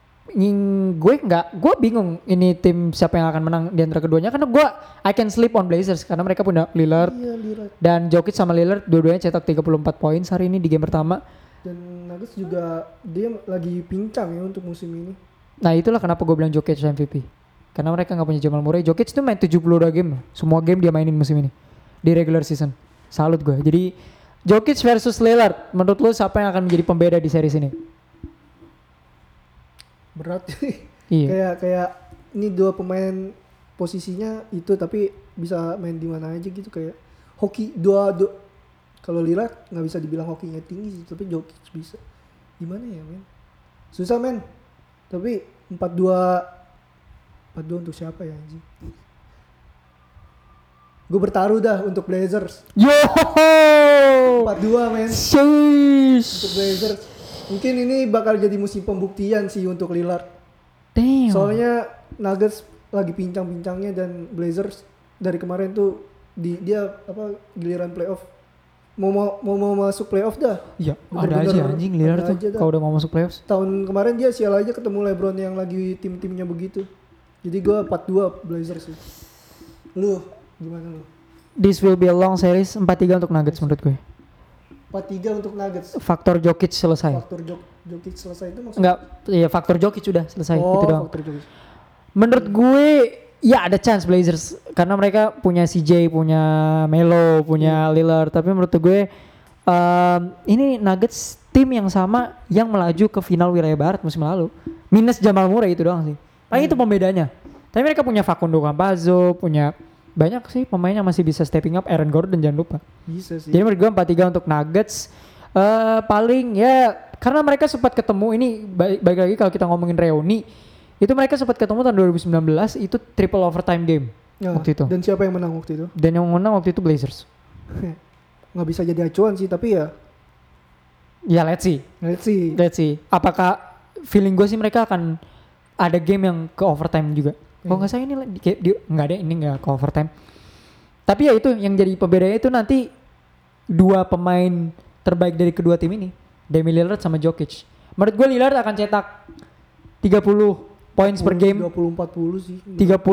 Gue bingung ini tim siapa yang akan menang di antara keduanya karena I can sleep on Blazers karena mereka punya Lillard. Iya, Lillard. Dan Jokic sama Lillard dua-duanya cetak 34 poin hari ini di game pertama. Dan Nuggets juga dia lagi pincang ya untuk musim ini. Nah itulah kenapa gue bilang Jokic MVP. Karena mereka gak punya Jamal Murray. Jokic tuh main 72 game. Semua game dia mainin musim ini. Di regular season. Salut gue. Jadi Jokic versus Lillard. Menurut lo siapa yang akan menjadi pembeda di series ini? Berat. Iya. Kayak ini dua pemain posisinya itu tapi bisa main di mana aja gitu, kayak hoki dua. Kalau Lillard nggak bisa dibilang hokinya tinggi sih, tapi Jokic bisa. Gimana ya men? Susah men. Tapi 4-2 untuk siapa ya anjing? Gue bertaruh dah untuk Blazers. Yo! 4-2 men. Sheesh. Untuk Blazers. Mungkin ini bakal jadi musim pembuktian sih untuk Lillard. Damn. Soalnya Nuggets lagi pincang-pincangnya dan Blazers dari kemarin tuh dia giliran playoff. Mau masuk playoff dah. Iya, ada aja anjing Lillard tuh kalau udah mau masuk playoffs. Tahun kemarin dia sial aja ketemu LeBron yang lagi tim-timnya begitu. Jadi gue 4-2 Blazers sih. Lu gimana lu? This will be a long series. 4-3 untuk Nuggets menurut gue. 4-3 untuk Nuggets. Faktor Jokic selesai. Faktor Jokic selesai itu maksudnya? Enggak, iya faktor Jokic sudah selesai gitu doang. Faktor Jokic. Menurut gue ya ada chance Blazers karena mereka punya CJ, punya Melo, punya Lillard. Tapi menurut gue ini Nuggets tim yang sama yang melaju ke final wilayah barat musim lalu. Minus Jamal Murray itu doang sih. Paling itu pembedanya. Tapi mereka punya Facundo Campazzo, punya banyak sih pemain yang masih bisa stepping up. Aaron Gordon jangan lupa. Bisa sih. Jadi menurut gue 4-3 untuk Nuggets. Paling ya karena mereka sempat ketemu ini baik lagi kalau kita ngomongin reuni. Itu mereka sempat ketemu tahun 2019 itu triple overtime game waktu itu. Dan siapa yang menang waktu itu? Dan yang menang waktu itu Blazers. Nggak bisa jadi acuan sih tapi ya. Ya let's see. Apakah feeling gue sih mereka akan ada game yang ke overtime juga. Kalau nggak salah ini nggak ada, ini nggak ke overtime. Tapi ya itu yang jadi pembedanya itu nanti dua pemain terbaik dari kedua tim ini, Damian Lillard sama Jokic. Menurut gue Lillard akan cetak 30 points per game. 30-40 sih.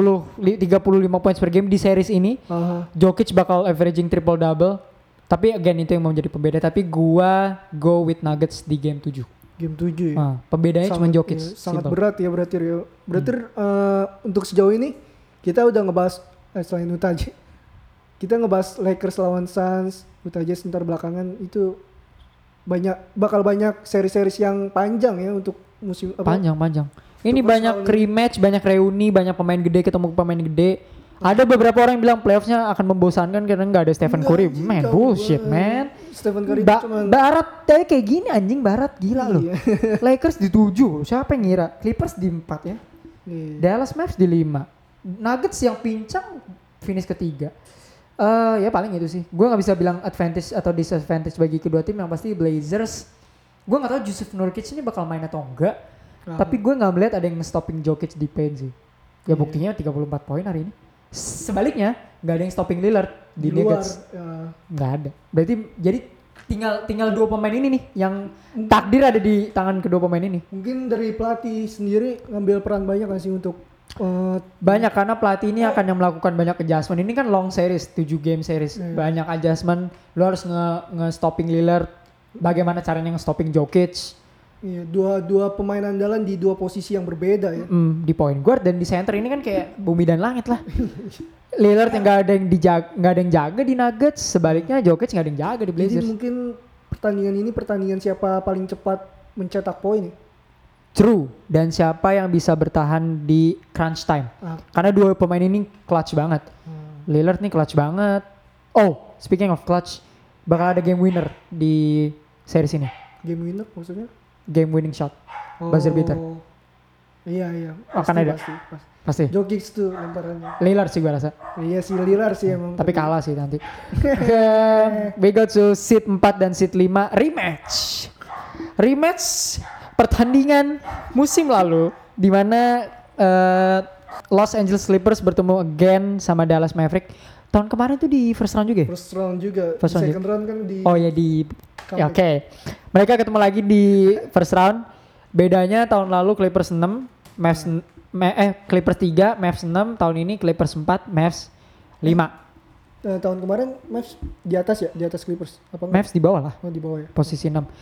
35 points per game di series ini. Jokic bakal averaging triple double. Tapi again itu yang mau menjadi pembeda. Tapi gua go with Nuggets di game 7. Game 7 ya. Pembedanya cuma Jokic. Ya, sangat berat ya berarti Rio. Berarti untuk sejauh ini kita udah ngebahas selain Utah Jazz, kita ngebahas Lakers lawan Suns, Utah Jazz ntar belakangan itu bakal banyak seri-seri yang panjang ya untuk musim panjang. Ini banyak rematch, banyak reuni, banyak pemain gede ketemu pemain gede. Ada beberapa orang yang bilang playoffsnya akan membosankan karena nggak ada Stephen Curry. Man, bullshit, man. Stephen Curry Barat kayak gini anjing, Barat gila loh. Lakers di 7, siapa yang ngira? Clippers di 4 ya. Dallas Mavericks di 5. Nuggets yang pincang finish ketiga. Ya paling itu sih. Gue nggak bisa bilang advantage atau disadvantage bagi kedua tim. Yang pasti Blazers. Gue nggak tahu Jusuf Nurkic ini bakal main atau enggak. Tapi gue nggak melihat ada yang stopping Jokic di paint sih. Ya buktinya 34 poin hari ini. Sebaliknya nggak ada yang stopping Lillard di Nuggets. Nggak ada. Berarti jadi tinggal dua pemain ini nih yang takdir ada di tangan kedua pemain ini. Mungkin dari pelatih sendiri ngambil peran banyak nggak sih untuk Banyak karena pelatih ini akan yang melakukan banyak adjustment. Ini kan long series, 7 game series. Banyak adjustment. Lu harus nge-stopping Lillard. Bagaimana caranya nge-stopping Jokic. Iya, dua pemain andalan di dua posisi yang berbeda ya. Di point guard dan di center ini kan kayak bumi dan langit lah. Lillard yang gak ada yang jaga di Nuggets. Sebaliknya Jokic gak ada yang jaga di Blazers. Jadi mungkin pertandingan ini pertandingan siapa paling cepat mencetak poin ya? True. Dan siapa yang bisa bertahan di crunch time. Karena dua pemain ini clutch banget. Lillard nih clutch banget. Oh, speaking of clutch, bakal ada game winner di series ini. Game winner maksudnya? Game winning shot. Buzzer beater. Iya. Akan ada. Pasti. Jokic tuh lemparannya. Lillard sih gue rasa. Iya sih Lillard sih emang. Tapi kalah sih nanti. We go to seed 4 dan seed 5. Rematch pertandingan musim lalu di mana Los Angeles Clippers bertemu again sama Dallas Maverick. Tahun kemarin tuh di first round juga ya? First round juga. Second round kan di... Oh ya di... Ya, Oke. Mereka ketemu lagi di first round. Bedanya tahun lalu Clippers 6, Mavs Clippers 3, Mavs 6. Tahun ini Clippers 4, Mavs 5. Tahun kemarin Mavs di atas ya? Di atas Clippers? Apa Mavs di bawah lah. Oh di bawah ya? Posisi 6.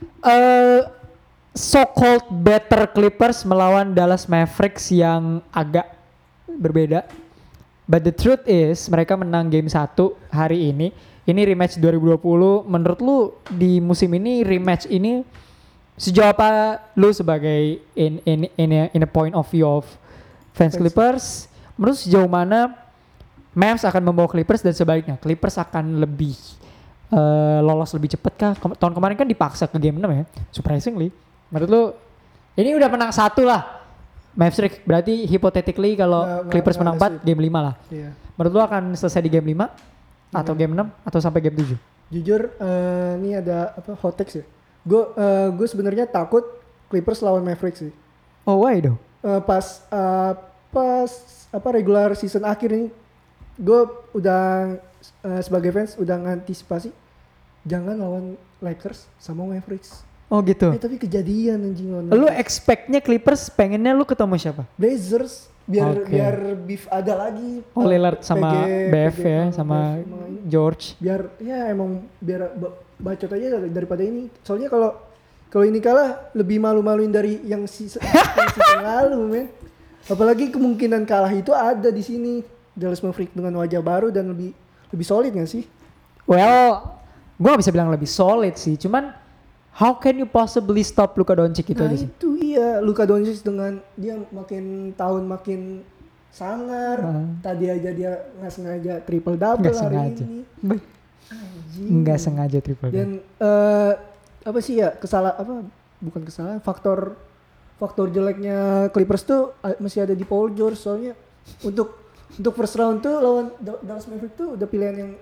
So-called better Clippers melawan Dallas Mavericks yang agak berbeda. But the truth is mereka menang game 1 hari ini. Ini rematch 2020. Menurut lu di musim ini rematch ini sejauh apa lu sebagai in a point of view of fans Clippers? Menurut sejauh mana Mavs akan membawa Clippers dan sebaliknya Clippers akan lebih lolos lebih cepat kah? Tahun kemarin kan dipaksa ke game 6 ya. Surprisingly. Menurut lu ini udah menang 1 lah. Mavericks berarti hypothetically kalau Clippers menang 4 game 5 lah. Iya. Menurut lu akan selesai di game 5 atau game 6 atau sampai game 7? Jujur ini ada hot takes ya. Gue sebenarnya takut Clippers lawan Mavericks sih. Oh why dong? Pas regular season akhir ini gue udah sebagai fans udah ngantisipasi jangan lawan Lakers sama Mavericks. Oh gitu. Tapi kejadian anjing lawan. Lu expect-nya Clippers pengennya lu ketemu siapa? Blazers biar beef ada lagi. Oh Lillard sama BF ya sama George. Biar bacot aja daripada ini. Soalnya kalau ini kalah lebih malu-maluin dari yang season lalu, men. Apalagi kemungkinan kalah itu ada di sini. Dallas Mavericks dengan wajah baru dan lebih solid gak sih? Well, gue gak bisa bilang lebih solid sih. Cuman how can you possibly stop Luka Doncic itu aja sih? Itu iya. Luka Doncic dengan dia makin sangar. Tadi aja dia gak sengaja triple double hari ini. Nggak sengaja triple double. Dan apa sih ya bukan kesalahan, faktor jeleknya Clippers tuh masih ada di Paul George. Soalnya untuk first round tuh lawan Dallas Mavericks tuh udah pilihan yang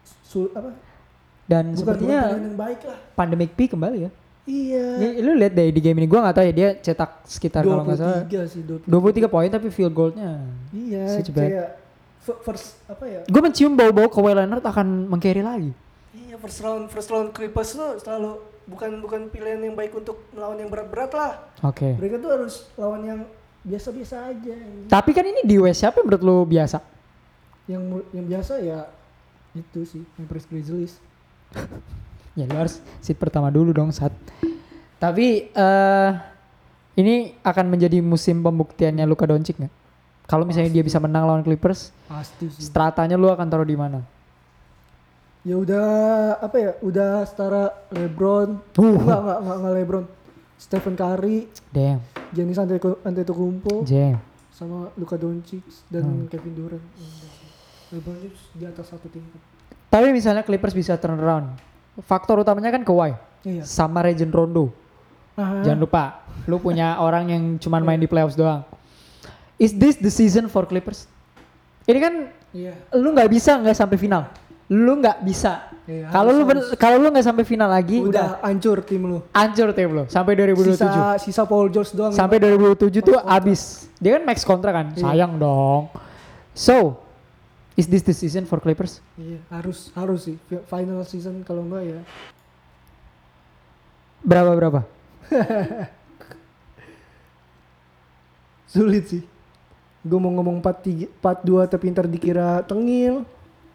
dan sepertinya yang baik lah. Pandemic P kembali ya. Iya. Ya, lu lihat deh di game ini, gue nggak tahu ya dia cetak sekitar kalau nggak salah 23 poin tapi field goalnya. Iya. Kayak first Gue mencium bau-bau Kawhi Leonard akan meng-carry lagi. Iya, first round Clippers tuh selalu bukan pilihan yang baik untuk melawan yang berat-berat lah. Oke. Mereka tuh harus lawan yang biasa-biasa aja. Tapi kan ini di West siapa yang menurut lu biasa? Yang biasa ya itu sih, Memphis Grizzlies. Ya lu harus seat pertama dulu dong saat. Tapi ini akan menjadi musim pembuktiannya Luka Doncic nggak? Kalau misalnya dia bisa menang lawan Clippers, pasti sih. Stratanya lu akan taruh di mana? Ya udah setara LeBron. Enggak LeBron. Stephen Curry, Damn. Giannis Antetokounmpo, sama Luka Doncic dan Kevin Durant. LeBron itu di atas satu tingkat. Tapi misalnya Clippers bisa turn around, faktor utamanya kan Kawhi sama Rajon Rondo. Jangan lupa, lu punya orang yang cuma main di playoffs doang. Is this the season for Clippers? Ini kan lu nggak bisa nggak sampai final. Lu nggak bisa. Kalau lu nggak sampai final lagi udah hancur tim lu. Hancur tim lu sampai 2027. Sisa Paul George doang. Sampai 2027 tuh abis. Dia kan max kontrak kan. Sayang dong. So, is this the season for Clippers? Iya, harus sih final season, kalau enggak ya. Berapa? Sulit sih. Gue mau ngomong 4-3, 4-2 tapi ntar dikira tengil.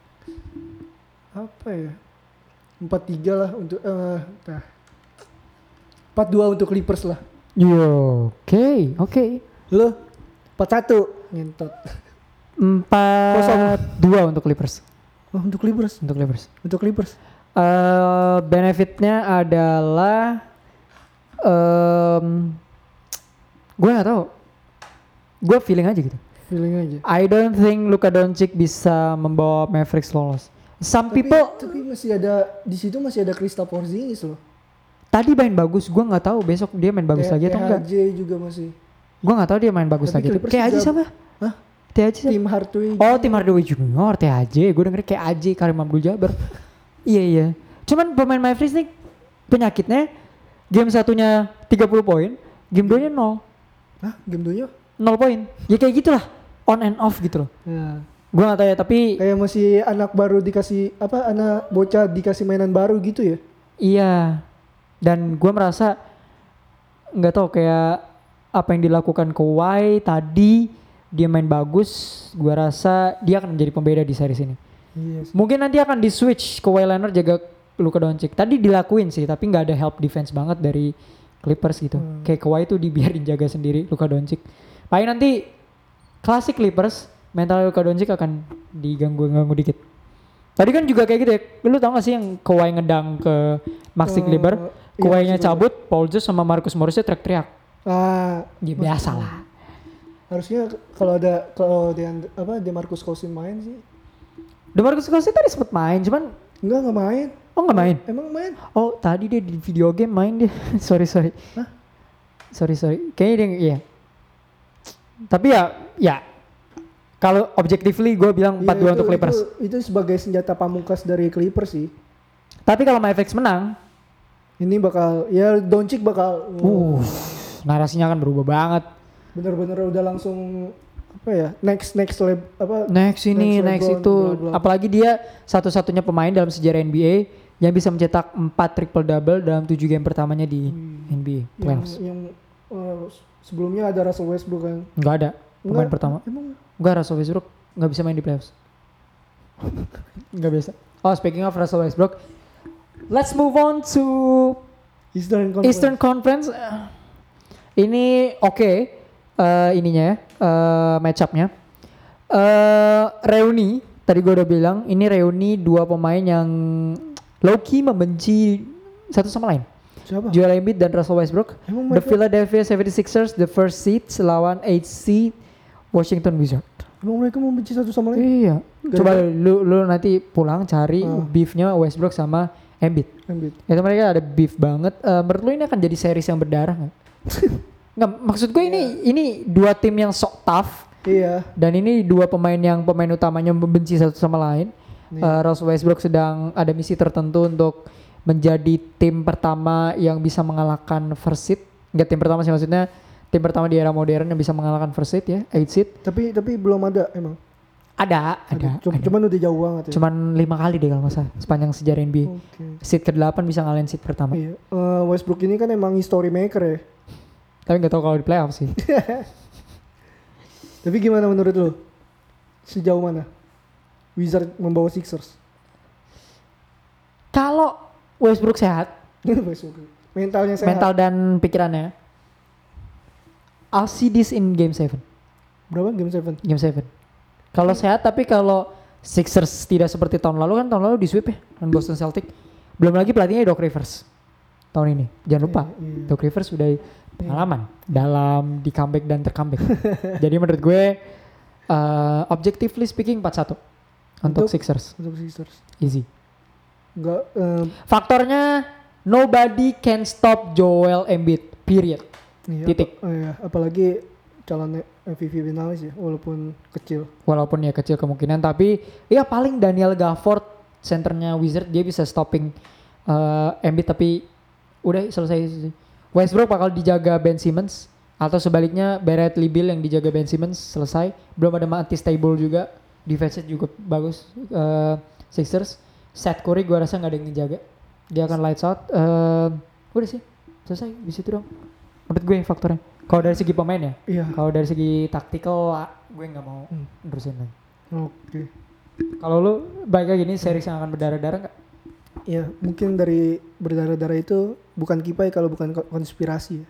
Apa ya? 4-3 lah untuk 4-2 untuk Clippers lah. Yo, oke. Lo 4-1 ngentot. 4-2 untuk Clippers. Oh, untuk Clippers. Untuk Clippers. Benefitnya adalah gue nggak tahu. Gue feeling aja gitu. Feeling aja. I don't think Luka Doncic bisa membawa Mavericks lolos. Tapi masih ada di situ, masih ada Kristaps Porzingis loh. Tadi main bagus, gue nggak tahu besok dia main bagus lagi atau enggak. THJ juga masih. Gue nggak tahu dia main bagus Tapi lagi. Clippers THJ juga- siapa? Hah? THJ siapa? Tim Hardaway. Oh, Tim Hardaway Junior, THJ. Gue denger kayak AJ Karim Abdul Jabbar. Iya. Cuman pemain Mavericks nih penyakitnya game satunya 30 poin, game 2-nya 0. Hah? Game 2-nya? 0 poin. Ya kayak gitulah. On and off gitu loh. Ya. Gue gak tahu ya, tapi Kayak masih anak baru dikasih anak bocah dikasih mainan baru gitu ya. iya. Dan gue merasa nggak tahu kayak apa yang dilakukan Kawhi tadi, dia main bagus. Gue rasa dia akan menjadi pembeda di series ini. Iya sih. Mungkin nanti akan di switch Kawhi Leonard jaga Luka Doncic. Tadi dilakuin sih, tapi nggak ada help defense banget dari Clippers gitu. Kayak Kawhi tuh dibiarin jaga sendiri Luka Doncic. Paling nanti klasik Clippers, mental Luka Doncic akan diganggu dikit. Tadi kan juga kayak gitu ya. Lu tau gak sih yang Kawhi ngedang ke Maxi Kleber? Iya, Kawhi-nya Maxi Kleber. cabut, Paul George sama Marcus Morris teriak-teriak. Ya Mas- biasa lah. Harusnya kalau dia Marcus Cousins main sih. DeMarcus Cousins tadi sempet main, cuman Enggak main. oh nggak main. Emang main? Oh tadi dia di video game main dia. sorry. Hah? Sorry. Kayaknya dia iya. Tapi ya kalau objectively gue bilang 4-2 Iya, untuk Clippers. Itu sebagai senjata pamungkas dari Clippers sih. Tapi kalau Mavericks menang, Ini bakal Doncic bakal narasinya akan berubah banget. bener-bener udah langsung next Next ini, LeBron, next itu. bla, bla. Apalagi dia satu-satunya pemain dalam sejarah NBA yang bisa mencetak 4 triple double dalam 7 game pertamanya di NBA playoffs. yang sebelumnya ada Russell Westbrook kan. Nggak ada pemain Enggak, pertama. Emang Enggak, Russell Westbrook nggak bisa main di playoffs. Nggak biasa. Oh, speaking of Russell Westbrook, let's move on to Eastern Conference. Ini oke, ininya ya, match-up-nya. Reuni, tadi gue udah bilang, ini reuni dua pemain yang low-key membenci satu sama lain. Siapa? Joel Embiid dan Russell Westbrook. Emang The mereka- Philadelphia 76ers, the first seed, lawan 8 seed Washington Wizards. Emang mereka mau benci satu sama lain? Iya. Gara-gara- Coba lu nanti pulang cari beefnya Westbrook sama Embiid. Embiid. Itu mereka ada beef banget. Menurut lu ini akan jadi series yang berdarah nggak? Nggak, maksud gue ini dua tim yang sok tough Iya. dan ini dua pemain utamanya membenci satu sama lain. Russell Westbrook sedang ada misi tertentu untuk menjadi tim pertama yang bisa mengalahkan first seed. Nggak tim pertama sih, maksudnya tim pertama di era modern yang bisa mengalahkan first seed ya, 8 seed. Tapi belum ada emang. Ada. Cuman udah jauh banget ya. Cuman 5 kali deh kalau nggak salah sepanjang sejarah NBA. Oke. Seed ke-8 bisa ngalahin seed pertama. Iya. Westbrook ini kan emang history maker ya. Tapi nggak tahu kalau di playoff sih. Tapi gimana menurut lo? Sejauh mana Wizard membawa Sixers? Kalau Westbrook sehat, Westbrook. Mentalnya sehat. mental dan pikirannya, I'll see this in game 7. Berapa? Game 7? Game 7. Kalau sehat, tapi kalau Sixers tidak seperti tahun lalu, kan tahun lalu di sweep ya dengan Boston Celtic. Belum lagi pelatihnya Doc Rivers tahun ini. Jangan lupa, Iya. Doc Rivers sudah pengalaman dalam di comeback dan tercomeback. Jadi menurut gue objectively speaking 4-1 untuk Sixers. Untuk Sixers. Easy. Enggak. Faktornya nobody can stop Joel Embiid. Period. Iya, Titik. Apalagi calon MVP finalis ya, walaupun kecil. Walaupun ya kecil kemungkinan, tapi ya paling Daniel Gafford centernya Wizard dia bisa stopping Embiid, tapi udah selesai. Westbrook bakal dijaga Ben Simmons atau sebaliknya Bradley Beal yang dijaga Ben Simmons, selesai. Belum ada Matisse Thybulle juga, defense juga bagus. Sixers, Seth Curry gua rasa nggak ada yang ngejaga, dia akan lights out. Udah sih selesai di situ dong menurut gue faktornya. Kalau dari segi pemain ya. Iya. Kalau dari segi taktikal gue nggak mau nerusin lagi. Oke. Kalau lu baik lagi ini series yang akan berdarah-darah nggak? Ya mungkin dari berdarah-darah itu bukan kipai kalau bukan konspirasi ya.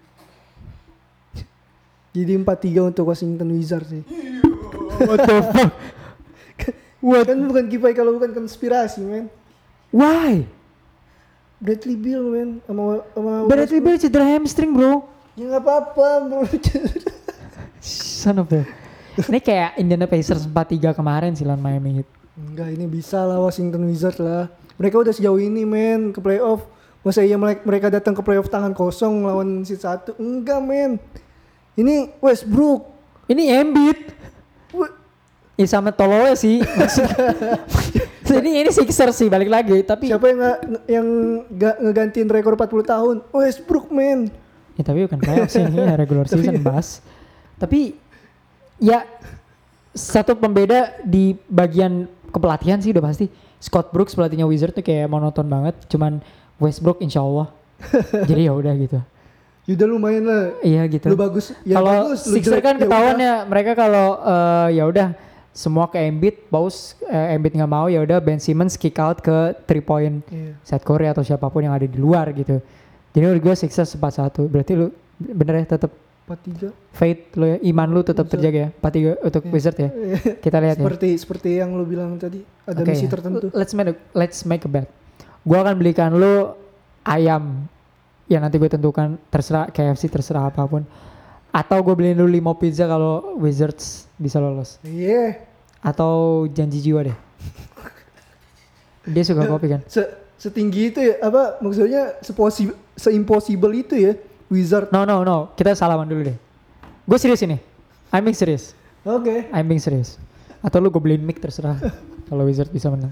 Jadi 4-3 untuk Washington Wizards sih. What the fuck? Kan bukan kipai kalau bukan konspirasi men. Why? Bradley Beal men sama Bradley Beal cedera hamstring bro. Ya nggak apa-apa bro. Son of a. Ini kayak Indiana Pacers 4-3 kemarin sih lawan Miami Heat. Enggak, ini bisa lah Washington Wizards lah. Mereka udah sejauh ini men ke playoff. Masa iya mereka datang ke playoff tangan kosong lawan seed 1? Enggak men. Ini Westbrook. Ini Embiid. Ya sama tololnya sih. Jadi ini Sixers sih balik lagi. Tapi siapa yang nggak ngegantiin rekor 40 tahun? Westbrook men. Ya tapi bukan playoff sih ini regular season bahas. Tapi ya satu pembeda di bagian kepelatihan sih udah pasti. Scott Brooks pelatihnya Wizards tuh kayak monoton banget. Cuman Westbrook insya Allah. Jadi ya udah gitu. Udah lumayan lah. Iya gitu. Lu bagus. Ya kalau Sixers kan ketahuan ya mereka kalau ya udah semua ke Embiid, pause Embiid nggak mau ya udah Ben Simmons kick out ke 3 point Seth Curry atau siapapun yang ada di luar gitu. Jadi menurut gue Sixers 4-1. Berarti lu bener ya tetap 4-3. Faith lu ya, iman lu tetap terjaga ya. 4-3 untuk Wizards ya. Kita lihat seperti yang lu bilang tadi, ada misi tertentu. Let's make a bet. Gua akan belikan lu ayam. Ya nanti gue tentukan terserah KFC terserah apapun. Atau gue beliin lu 5 pizza kalau Wizards bisa lolos. Iya. Atau janji jiwa deh. Dia suka kopi kan? Setinggi itu ya, apa maksudnya se-impossible itu ya Wizard. No. Kita salaman dulu deh. Gue serius ini. I'm being serious. Oke. I'm being serious. Atau lu gue beliin mic terserah. Kalau Wizard bisa menang.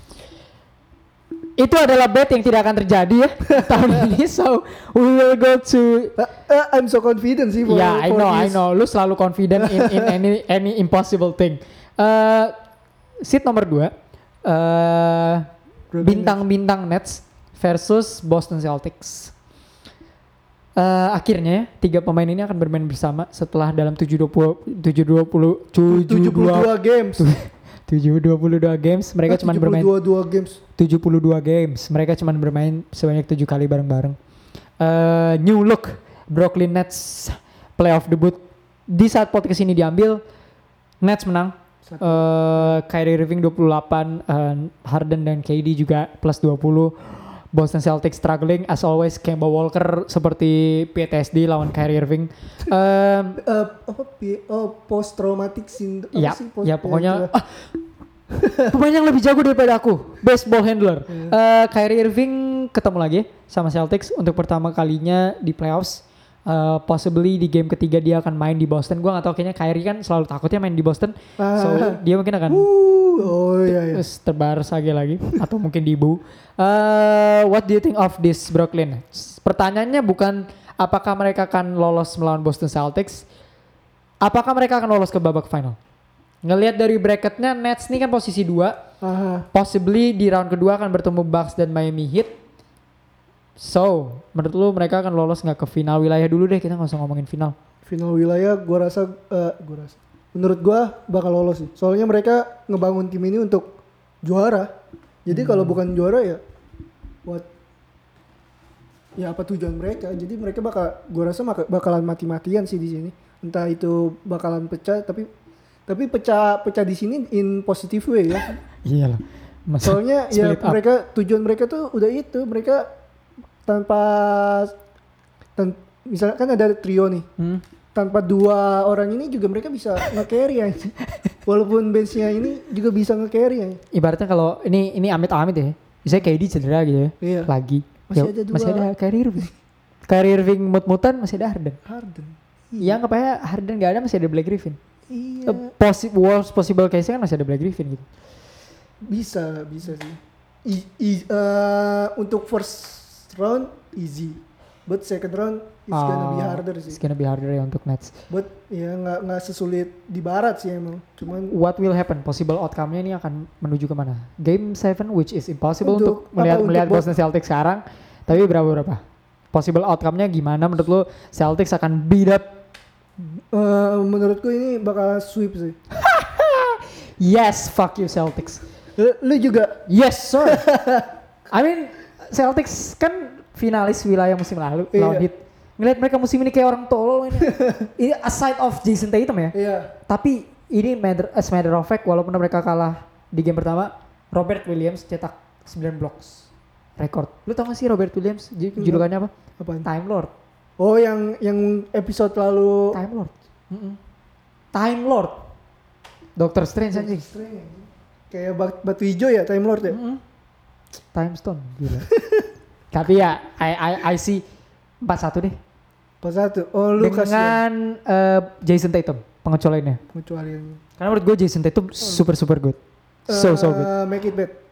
Itu adalah bet yang tidak akan terjadi ya tahun ini. So we will go to. I'm so confident sih. Yeah, I know. Lu selalu confident in any impossible thing. Seat nomor 2 bintang-bintang Nets versus Boston Celtics. Akhirnya 3 pemain ini akan bermain bersama setelah dalam 72 games. 22 games mereka cuma bermain 72 games mereka cuma bermain sebanyak 7 kali bareng-bareng. New look Brooklyn Nets playoff debut. Di saat podcast ini diambil Nets menang. Kyrie Irving 28, Harden dan KD juga plus 20. Boston Celtics struggling as always. Kemba Walker seperti PTSD lawan Kyrie Irving. Post traumatic syndrome. Ya pokoknya pemain yang lebih jago daripada aku, best ball handler. Kyrie Irving ketemu lagi sama Celtics untuk pertama kalinya di playoffs. Possibly di game ketiga dia akan main di Boston. Gue gak tahu, kayaknya Kyrie kan selalu takutnya main di Boston. So dia mungkin akan terbaras lagi atau mungkin dibu. What do you think of this Brooklyn? Pertanyaannya bukan apakah mereka akan lolos melawan Boston Celtics, apakah mereka akan lolos ke babak final. Ngelihat dari bracketnya Nets nih kan posisi 2. Possibly di round kedua akan bertemu Bucks dan Miami Heat. So, menurut lu mereka akan lolos nggak ke final wilayah dulu deh, kita nggak usah ngomongin final. Final wilayah, menurut gua bakal lolos sih. Soalnya mereka ngebangun tim ini untuk juara. Jadi kalau bukan juara ya, apa tujuan mereka? Jadi mereka gua rasa bakalan mati-matian sih di sini. Entah itu bakalan pecah, tapi pecah di sini in positive way ya. Iyalah. Soalnya ya tujuan mereka tuh udah itu, mereka misalnya kan ada trio nih, tanpa 2 orang ini juga mereka bisa nge-carry aja. Walaupun benchnya ini juga bisa nge-carry aja. Ibaratnya kalau ini amit-amit ya, misalnya KD cedera gitu ya, lagi masih ada Kyrie Irving. Kyrie Irving mut-mutan masih ada Harden. Iya nggak apa-apa, Harden nggak ada masih ada Blake Griffin. Iya. Worst possible case kan masih ada Blake Griffin gitu. Bisa sih. Untuk first round easy, but second round it's gonna be harder sih. It's gonna be harder ya untuk Nets. But ya nggak sesulit di barat sih emang. Cuman what will happen? Possible outcome-nya ini akan menuju kemana? Game 7 which is impossible untuk melihat Boston Celtics sekarang. Tapi berapa? Possible outcome-nya gimana menurut lo? Celtics akan beat up Menurutku ini bakal sweep sih. Yes, fuck you Celtics. Lu juga Yes sir. I mean Celtics kan finalis wilayah musim lalu lawan Heat. Ngeliat mereka musim ini kayak orang tolol ini. Ini aside of Jason Tatum ya. Iya. Tapi ini as matter of fact walaupun mereka kalah di game pertama, Robert Williams cetak 9 blocks record. Lu tau gak sih Robert Williams julukannya apa? Apaan? Time Lord. Oh yang episode lalu. Time Lord. Time Lord. Doctor Strange anjing. Kayak batu hijau ya Time Lord ya. Time Stone gila. Tapi ya I see 4-1 deh. 4-1. Oh lu dengan Jason Tatum pengecualiannya. Pengecualiannya. Karena menurut gue Jason Tatum super good. So good. Make it bet.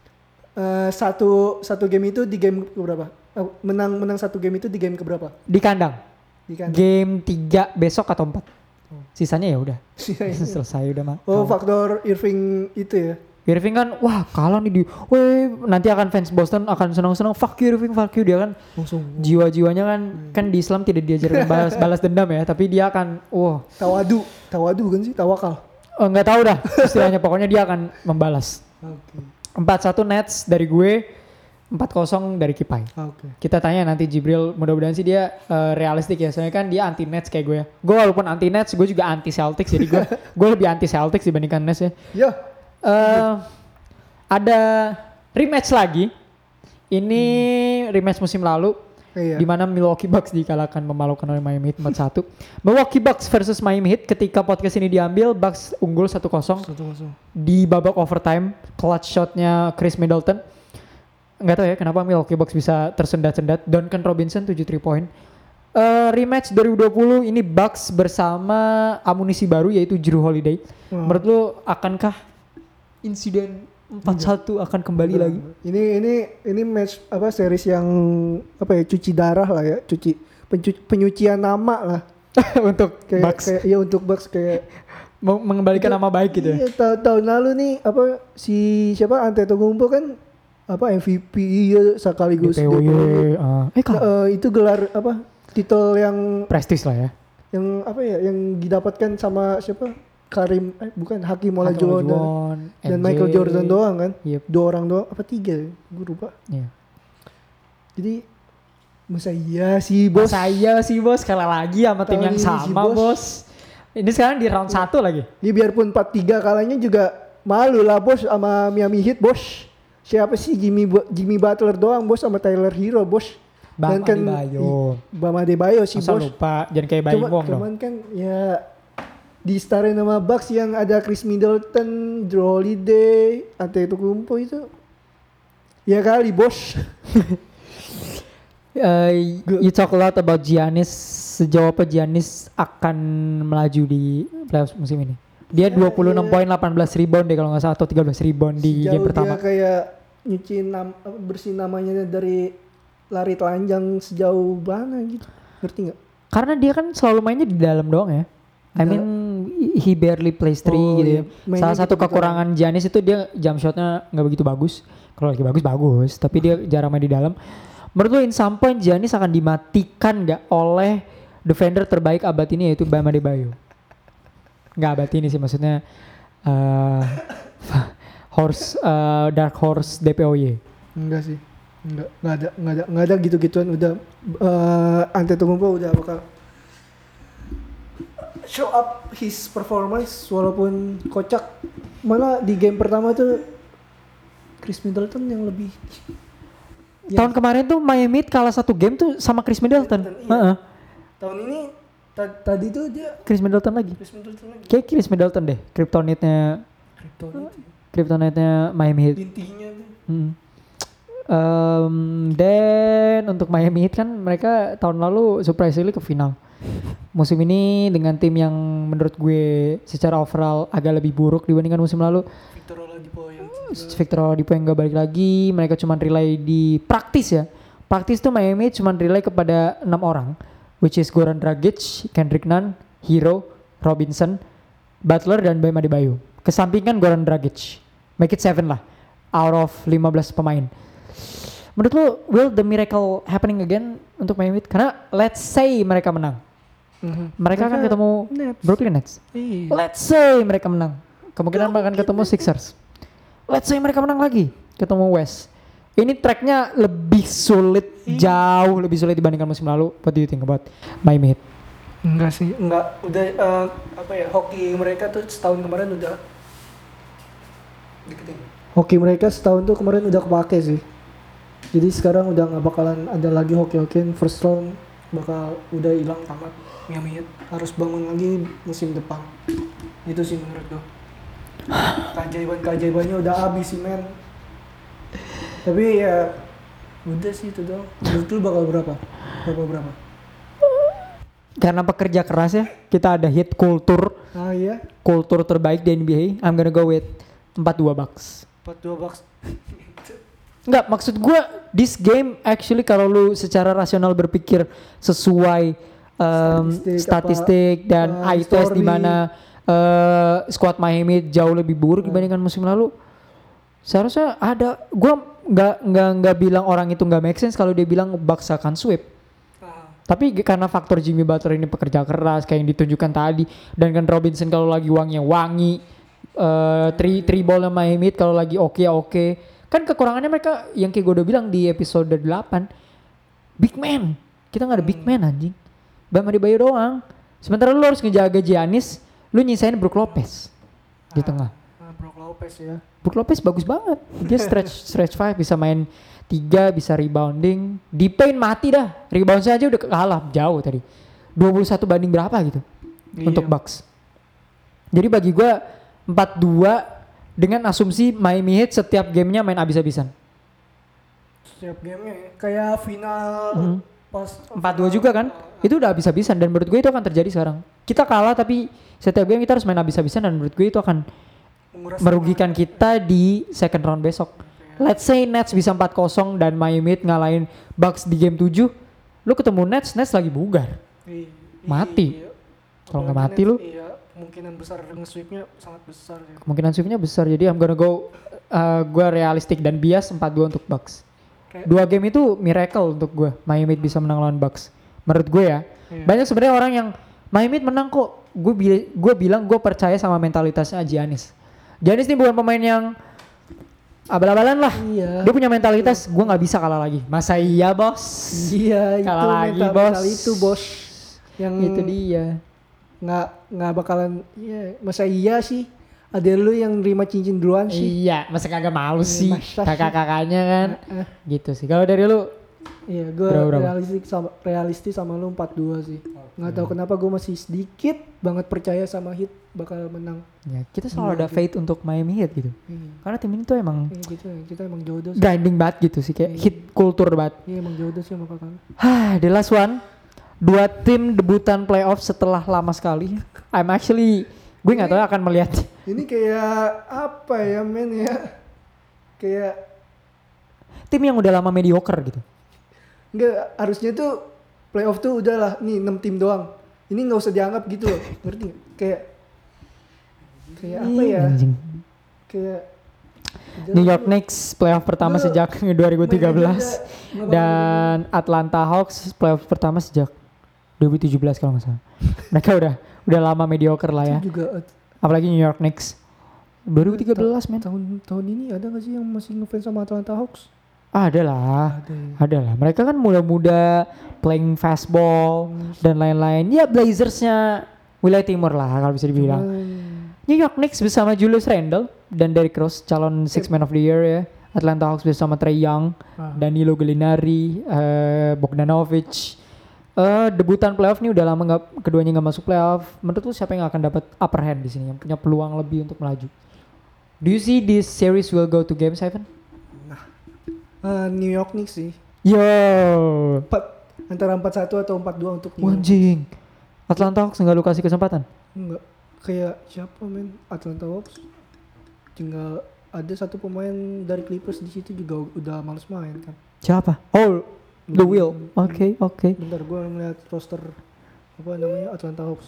Satu game itu di game keberapa? Menang satu game itu di game keberapa? Di kandang. Game 3 besok atau 4. Sisanya ya udah. Selesai udah mah. Oh, faktor Irving itu ya. Irving kan wah kalah nih nanti akan fans Boston akan senang-senang fuck you Irving fuck you dia kan langsung jiwa-jiwanya kan di Islam tidak diajarkan balas dendam ya tapi dia akan tawadu kan sih tawakal nggak tahu dah istilahnya pokoknya dia akan membalas. 4-1 Nets dari gue 4-0 dari Kipai. Kita tanya nanti Jibril mudah-mudahan sih dia realistik ya soalnya kan dia anti Nets kayak gue ya. Gue walaupun anti Nets gue juga anti Celtics jadi gue lebih anti Celtics dibandingkan Nets ya. Ada rematch lagi. Ini rematch musim lalu di mana Milwaukee Bucks dikalahkan memalukan oleh Miami Heat 4-1. Milwaukee Bucks versus Miami Heat ketika podcast ini diambil Bucks unggul 1-0 di babak overtime clutch shotnya Chris Middleton. Nggak tahu ya kenapa Milwaukee Bucks bisa tersendat-sendat. Duncan Robinson 7 3 point. Rematch 2020 ini Bucks bersama amunisi baru yaitu Jrue Holiday. Menurut lu akankah insiden 4-1 akan kembali lagi? Ini match series yang cuci darah lah ya, penyucian nama lah untuk Bucks. Untuk Bucks kayak mengembalikan nama baik gitu ya. Tahun lalu nih siapa Antetokounmpo kan MVP sekaligus itu gelar titel yang prestis lah ya. Yang yang didapatkan sama siapa? Hakim Olajuwon dan Michael Jordan doang kan? Yep. 2 orang doang, 3? Gue lupa. Yeah. Jadi masa iya sih bos sekali lagi sama tim yang sama bos. Ini sekarang di round 1 lagi. Ya biarpun 4-3 kalahnya juga malu lah bos sama Miami Heat bos. Siapa sih Jimmy Butler doang bos sama Tyler Hero bos. Bam Adebayo sih bos. Lupa jangan kayak Baim Wong dong. Cuman kan ya di Star nama Bucks yang ada Chris Middleton, Jrue Holiday, Antetokounmpo itu ya kali bos. You talk a lot about Giannis. Sejauh apa Giannis akan melaju di playoffs musim ini? Dia 26 poin 18 rebound deh kalau nggak salah atau 13 rebound di game pertama. Dia kayak nyuci bersih namanya dari lari telanjang sejauh mana gitu. Ngerti nggak? Karena dia kan selalu mainnya di dalam doang ya. I mean he barely plays 3 gitu ya. Salah satu kekurangan Giannis itu dia jump shotnya nggak begitu bagus. Kalau lagi bagus, tapi dia jarang main di dalam. Menurut lu in some point Giannis akan dimatikan nggak oleh defender terbaik abad ini yaitu Bam Adebayo? Nggak abad ini sih maksudnya Dark Horse DPOY. Enggak sih. Enggak ada gitu-gituan udah Antetokounmpo udah bakal show up his performance walaupun kocak. Malah di game pertama tuh Chris Middleton yang lebih. Tahun kemarin tuh Miami Heat kalah 1 game tuh sama Chris Middleton. Iya. Tahun ini tadi tuh dia Chris Middleton lagi. Kayak Chris Middleton deh, kryptonite-nya Miami Heat. Intinya tuh. Dan untuk Miami Heat kan mereka tahun lalu surprisingly ke final. Musim ini dengan tim yang menurut gue secara overall agak lebih buruk dibandingkan musim lalu. Victor Oladipo yang gak balik lagi. Mereka cuma rely di praktis ya. Praktis tuh Miami cuma rely kepada 6 orang, which is Goran Dragic, Kendrick Nunn, Hero, Robinson, Butler dan Bam Adebayo. Kesampingkan Goran Dragic. Make it 7 lah out of 15 pemain. Menurut lu will the miracle happening again untuk Miami? Karena let's say mereka menang. Mereka akan ketemu Brooklyn Nets. Iya. Let's say mereka menang. Kemungkinan akan ketemu Sixers. Let's say mereka menang lagi, ketemu West. Ini tracknya lebih sulit, jauh lebih sulit dibandingkan musim lalu. What do you think about Miami Heat? Enggak sih, enggak. Udah hoki mereka tuh setahun kemarin udah deketin. Hoki mereka setahun tuh kemarin udah kepake sih. Jadi sekarang udah nggak bakalan ada lagi hoki-hokian first round, bakal udah hilang tamat. Miami Heat harus bangun lagi musim depan. Itu sih menurut gue. Keajaibannya udah habis sih men. Tapi ya udah sih itu doang. Menurut lu bakal berapa? Berapa? Karena pekerja keras ya, kita ada Heat kultur. Ah iya. Kultur terbaik di NBA. I'm gonna go with 4-2 Bucks. 42 bucks. Enggak, maksud gue this game actually kalau lu secara rasional berpikir sesuai statistik dan eye test di mana squad Miami jauh lebih buruk dibandingkan musim lalu. Seharusnya ada, gue nggak bilang orang itu nggak make sense kalau dia bilang Bucks akan sweep. Tapi karena faktor Jimmy Butler ini pekerja keras kayak yang ditunjukkan tadi, dan kan Robinson kalau lagi wangi, three ball Miami Heat kalau lagi oke. Kan kekurangannya mereka yang kayak gue udah bilang di episode 8, big man. Kita nggak ada big man anjing. Bam Adebayo doang. Sementara lu harus ngejaga Giannis, lu nyisain Brook Lopez di tengah. Brook Lopez ya. Brook Lopez bagus banget. Dia stretch 5, bisa main 3, bisa rebounding. Di paint mati dah. Rebound aja udah kalah jauh tadi. 21 banding berapa gitu untuk Bucks. Jadi bagi gue 4-2 dengan asumsi Miami Heat setiap gamenya main abis-abisan. Setiap gamenya ya. Kayak final pas 4-2 juga kan. Itu udah abis-abisan dan menurut gue itu akan terjadi sekarang. Kita kalah tapi setiap game kita harus main abis-abisan dan menurut gue itu akan merugikan kita di second round besok. Let's say Nets bisa 4-0 dan Miami Heat ngalahin Bucks di game 7. Lu ketemu Nets lagi bugar. Mati. Kalau nggak mati lu. Iya, kemungkinan besar nge-sweepnya sangat besar ya. Kemungkinan sweepnya besar. Jadi I'm gonna go gue realistik dan bias 4-2 untuk Bucks. 2 game itu miracle untuk gue. Miami Heat bisa menang lawan Bucks. Menurut gue ya. Banyak sebenarnya orang yang Miami Heat menang kok. Gue bilang gue percaya sama mentalitasnya Giannis. Giannis ini bukan pemain yang abal-abalan lah. Iya. Dia punya mentalitas, gue nggak bisa kalah lagi. Masa iya bos? Iya, kalah itu lagi bos. Itu bos. Yang itu dia. Nggak bakalan. Iya, masa iya sih? Ada lu yang nerima cincin duluan sih? Iya, masa kagak malu sih kakak-kakaknya kan? Gitu sih. Kalau dari lu? Iya, gue realistis sama lu 4-2 sih. Nggak tahu kenapa gue masih sedikit banget percaya sama Heat bakal menang. Ya, kita selalu ada faith untuk Miami Heat gitu. Karena tim ini tuh emang gitu, kita emang jodoh sih. Grinding banget gitu sih, kayak Heat kultur banget. Iya, emang jodoh sih sama kakak. The last one. 2 tim debutan playoff setelah lama sekali. I'm actually, gue nggak tahu akan melihat. Ini kayak apa ya men ya? Kayak tim yang udah lama mediocre gitu. Enggak, harusnya tuh playoff tuh udahlah nih 6 tim doang. Ini nggak usah dianggap gitu loh, ngerti gak? Kayak apa ya? Anjing. Kayak New York Knicks playoff pertama sejak 2013 dan Atlanta Hawks playoff pertama sejak 2017 kalau nggak salah. Mereka udah lama mediocre lah ya. Juga, apalagi New York Knicks 2013 men. Tahun ini ada nggak sih yang masih ngefans sama Atlanta Hawks? Ada lah. Mereka kan muda-muda playing fastball dan lain-lain. Ya Blazersnya wilayah timur lah kalau bisa dibilang. New York Knicks bersama Julius Randle dan Derrick Rose calon Sixth Man of the Year ya. Atlanta Hawks bersama Trae Young, Danilo Gallinari, Bogdanovic. Debutan playoff nih udah lama keduanya nggak masuk playoff. Menurut lu siapa yang akan dapat upper hand di sini yang punya peluang lebih untuk melaju? Do you see this series will go to Game 7? New York Knicks sih. Yo. Antara 4-1 atau 4-2 untuk New York. Anjing. Atlanta Hawks nggak lu kasih kesempatan? Enggak. Kayak siapa men? Atlanta Hawks. Tinggal ada satu pemain dari Clippers di situ juga udah males main kan. Siapa? Oh, The Will. Oke. Bentar gue ngeliat roster apa namanya Atlanta Hawks.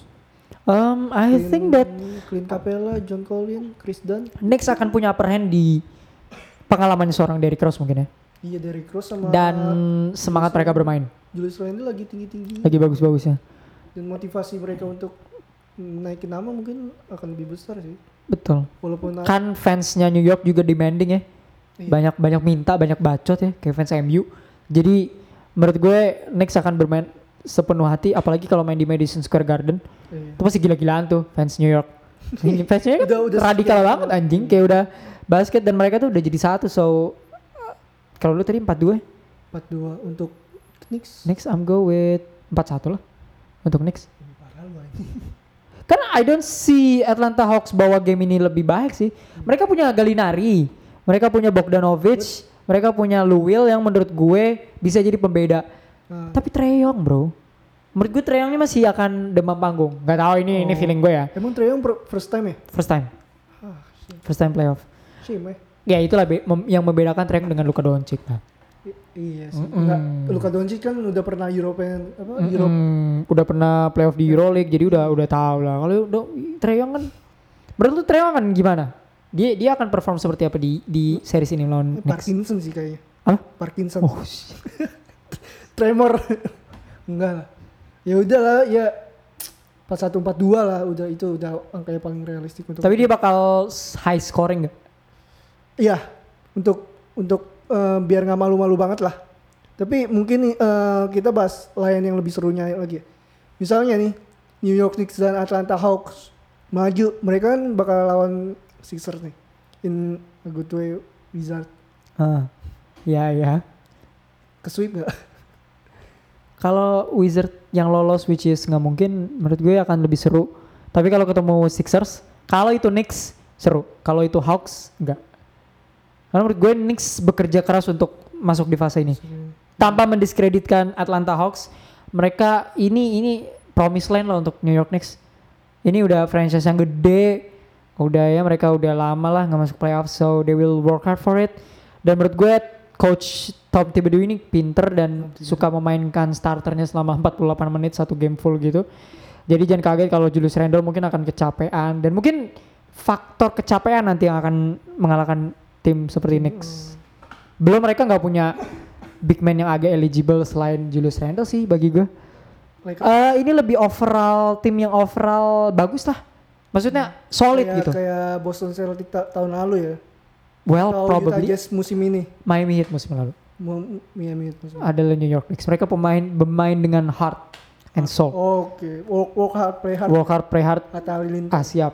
I think that Clint Capella, John Collins, Chris Dunn. Knicks akan punya upper hand di pengalaman seorang Derrick Rose mungkin ya. Iya, Derrick Rose sama dan semangat mereka bermain. Julius Randle lagi tinggi-tinggi. Lagi bagus-bagusnya. Dan motivasi mereka untuk naikin nama mungkin akan lebih besar sih. Betul. Walaupun Kan fansnya New York juga demanding ya. Iya. Banyak minta, banyak bacot ya kayak fans MU. Jadi menurut gue Knicks akan bermain sepenuh hati, apalagi kalau main di Madison Square Garden. Itu pasti gila-gilaan tuh fans New York. Fansnya kan Udah radikal banget anjing, kayak udah basket dan mereka tuh udah jadi satu. So kalau lu tadi 4-2 untuk Knicks. Knicks I'm go with 4-1 lah untuk Knicks. Parah lu anjing. Karena I don't see Atlanta Hawks bawa game ini lebih baik sih. Mereka punya Gallinari, mereka punya Bogdanovic, mereka punya Lou Will yang menurut gue bisa jadi pembeda. Tapi Trae Young bro, menurut gue Trae Young ini masih akan demam panggung. Gak tahu ini feeling gue ya. Emang Trae Young first time ya? First time playoff. Shame Ya itulah yang membedakan Trae Young dengan Luka Doncic. Nah. Iya sih. Luka Doncic kan udah pernah European udah pernah playoff di EuroLeague, jadi udah tahu lah. Kalau Trae Young kan, menurut lu Trae Young akan gimana? Dia akan perform seperti apa di series ini lawan Knicks? Parkinson sih kayaknya. Apa? Parkinson. Oh, Tremor. Enggak lah. Ya udahlah ya 41-42 lah, udah itu udah angka yang paling realistik untuk. Tapi dia bakal high scoring gak? Iya, untuk biar nggak malu-malu banget lah. Tapi mungkin kita bahas layan yang lebih serunya lagi. Misalnya nih New York Knicks dan Atlanta Hawks maju, mereka kan bakal lawan Sixers nih in a good way, Wizard. Ya. Ke-sweep gak? Kalau Wizard yang lolos, which is nggak mungkin, menurut gue akan lebih seru. Tapi kalau ketemu Sixers, kalau itu Knicks seru, kalau itu Hawks enggak. Karena menurut gue Knicks bekerja keras untuk masuk di fase ini. Tanpa mendiskreditkan Atlanta Hawks, mereka ini promise land lah untuk New York Knicks. Ini udah franchise yang gede, udah ya mereka udah lama lah nggak masuk playoff, so they will work hard for it. Dan menurut gue coach Tom Thibodeau ini pinter dan suka memainkan starternya selama 48 menit satu game full gitu. Jadi jangan kaget kalau Julius Randle mungkin akan kecapean, dan mungkin faktor kecapean nanti yang akan mengalahkan tim seperti Knicks. Belum mereka nggak punya big man yang agak eligible selain Julius Randle sih bagi gue. Ini lebih overall, tim yang overall bagus lah. Maksudnya solid gitu. Kayak Boston Celtics tahun lalu ya. Well, atau probably. Utah Jazz musim ini. Miami Heat musim lalu. Miami Heat musim. Adalah New York Knicks. Mereka bermain dengan heart and soul. Oke. Work hard, play hard. Work hard, play hard. Kata Halilintar. Siap.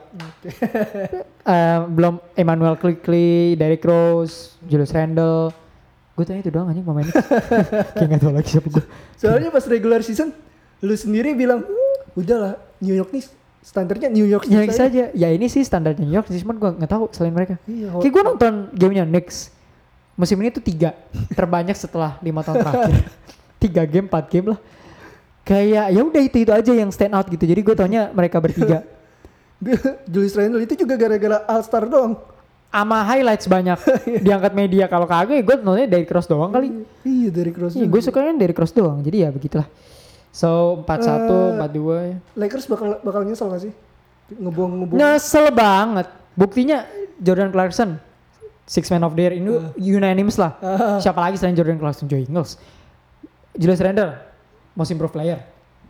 Belum Emmanuel Quickley, Derrick Rose, Julius Randle. Gue tanya itu doang anjing pemain. Kayak gak tau lagi siapa gue. Soalnya pas regular season, lu sendiri bilang, udahlah New York Knicks. Standarnya New York Knicks saja. Ya ini sih standarnya New York, cuman gue gak tahu selain mereka. Iya, kayak gue nonton gamenya Knicks musim ini tuh 3 terbanyak setelah 5 tahun terakhir. 3 game, 4 game lah. Kayak ya udah itu aja yang stand out gitu. Jadi gue taunya mereka bertiga. Julius Randle itu juga gara-gara All Star doang. Ama highlights banyak diangkat media. Kalau kagak gue nontonnya Derrick Rose doang kali. Iya Derrick Rose. Iya, gue sukanya Derrick Rose doang. Jadi ya begitulah. So 4-1, 4-2 ya. Lakers bakal nyesel gak sih? Ngebuang. Nyesel banget. Buktinya Jordan Clarkson Six Man of the Year ini unanimous lah. Siapa lagi selain Jordan Clarkson? Joe Ingles. Julius Randle Most Improved Player.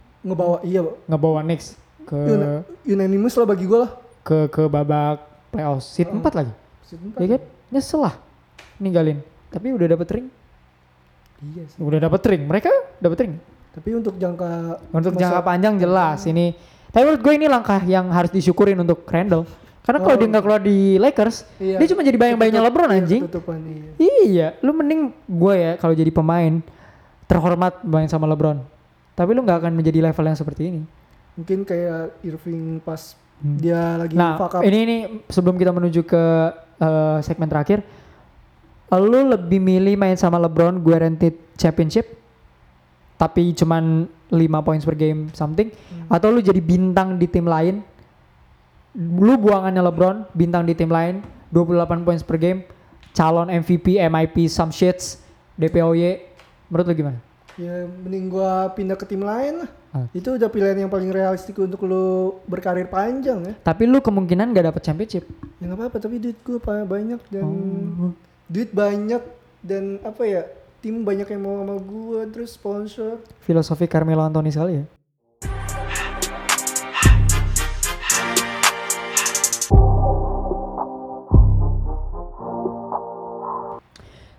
Ngebawa Knicks ke unanimous lah bagi gue lah. Ke babak playoff seat 4 lagi. Ya kan? Nyesel lah ninggalin. Tapi udah dapet ring. Iya sih. Udah dapet ring. Mereka dapet ring. Tapi untuk jangka panjang jelas ini. Tapi menurut gue ini langkah yang harus disyukurin untuk Randle. Karena kalau dia nggak keluar di Lakers, dia cuma jadi bayang-bayangnya LeBron anjing. Iya, lu mending gue ya kalau jadi pemain terhormat main sama LeBron. Tapi lu nggak akan menjadi level yang seperti ini. Mungkin kayak Irving pas dia lagi fuck up. Ini sebelum kita menuju ke segmen terakhir, lu lebih milih main sama LeBron guaranteed championship tapi cuman 5 points per game something, atau lu jadi bintang di tim lain, lu buangannya LeBron, bintang di tim lain, 28 points per game, calon MVP, MIP, some shits, DPOY, menurut lu gimana? Ya mending gua pindah ke tim lain lah. Itu udah pilihan yang paling realistik untuk lu berkarir panjang ya. Tapi lu kemungkinan gak dapet championship. Ya gak apa-apa, tapi duit gua banyak dan duit banyak dan apa ya, tim banyak yang mau sama gua, terus sponsor. Filosofi Carmelo Anthony sekali ya.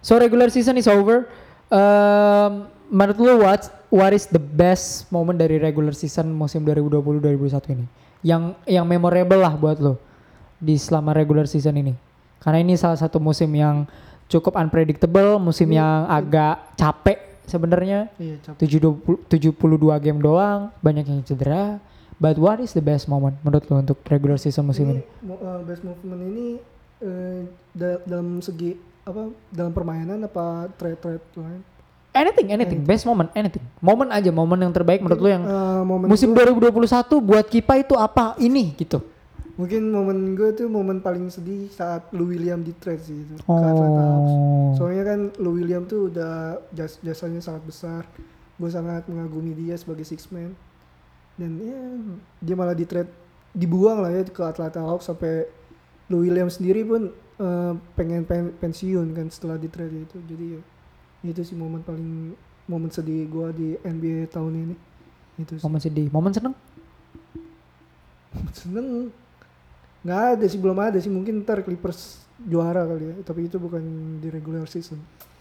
So regular season is over. Menurut lu what is the best moment dari regular season musim 2020-2021 ini? Yang memorable lah buat lo di selama regular season ini. Karena ini salah satu musim yang cukup unpredictable, musim yang agak capek sebenarnya. Iya, capek. 72 game doang, banyak yang cedera. But what is the best moment menurut lo untuk regular season musim ini? Best moment ini dalam segi apa? Dalam permainan apa trade lain? Anything, best moment, anything. Momen aja, momen yang terbaik menurut lo yang musim itu, 2021 buat Kipa itu apa ini gitu. Mungkin momen gue tuh momen paling sedih saat Lou William di trade sih itu ke Atlanta Hawks. Soalnya kan Lou William tuh udah jasanya sangat besar. Gue sangat mengagumi dia sebagai six man. Dan ya dia malah di trade, dibuang lah ya ke Atlanta Hawks sampai Lou William sendiri pun pengen pensiun kan setelah di trade itu. Jadi ya itu sih momen sedih gue di NBA tahun ini. Itu sih. Momen sedih, momen seneng? Seneng nggak ada sih, belum ada sih, mungkin ntar Clippers juara kali ya, tapi itu bukan di regular season.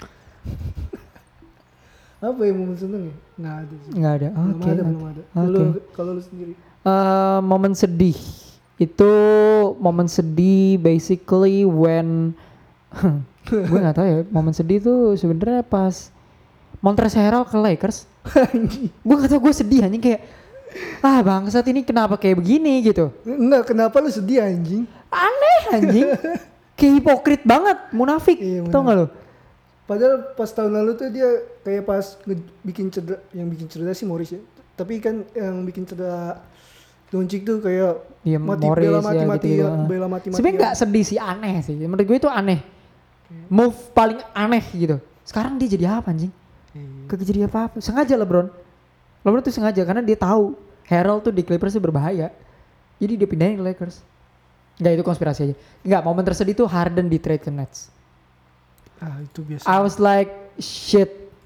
Apa ya momen seneng ya? Nggak ada sih. Nggak ada. Belum ada. Kalau lu sendiri? Momen sedih itu momen sedih basically when gue nggak tahu ya, momen sedih tuh sebenarnya pas Montrezl Harrell ke Lakers. Gue nggak tahu, gue sedih anjing, kayak bangsat ini kenapa kayak begini gitu. Enggak, kenapa lu sedih anjing? Aneh anjing. Kayak hipokrit banget, munafik. Iya, tau gak lu? Padahal pas tahun lalu tuh dia kayak pas bikin cedera, yang bikin cedera sih Morris ya. Tapi kan yang bikin cedera Doncic tuh kayak ya, Morris, bela mati. Sebenarnya nggak sedih sih, aneh sih. Menurut gue itu aneh. Move paling aneh gitu. Sekarang dia jadi apa anjing? Kagak jadi apa-apa. Sengaja LeBron tuh sengaja karena dia tahu Harrell tuh di Clippers tuh berbahaya. Jadi dia pindahin ke Lakers. Enggak, itu konspirasi aja. Enggak, momen tersedih tuh Harden di trade ke Nets. Itu biasa. I was like shit.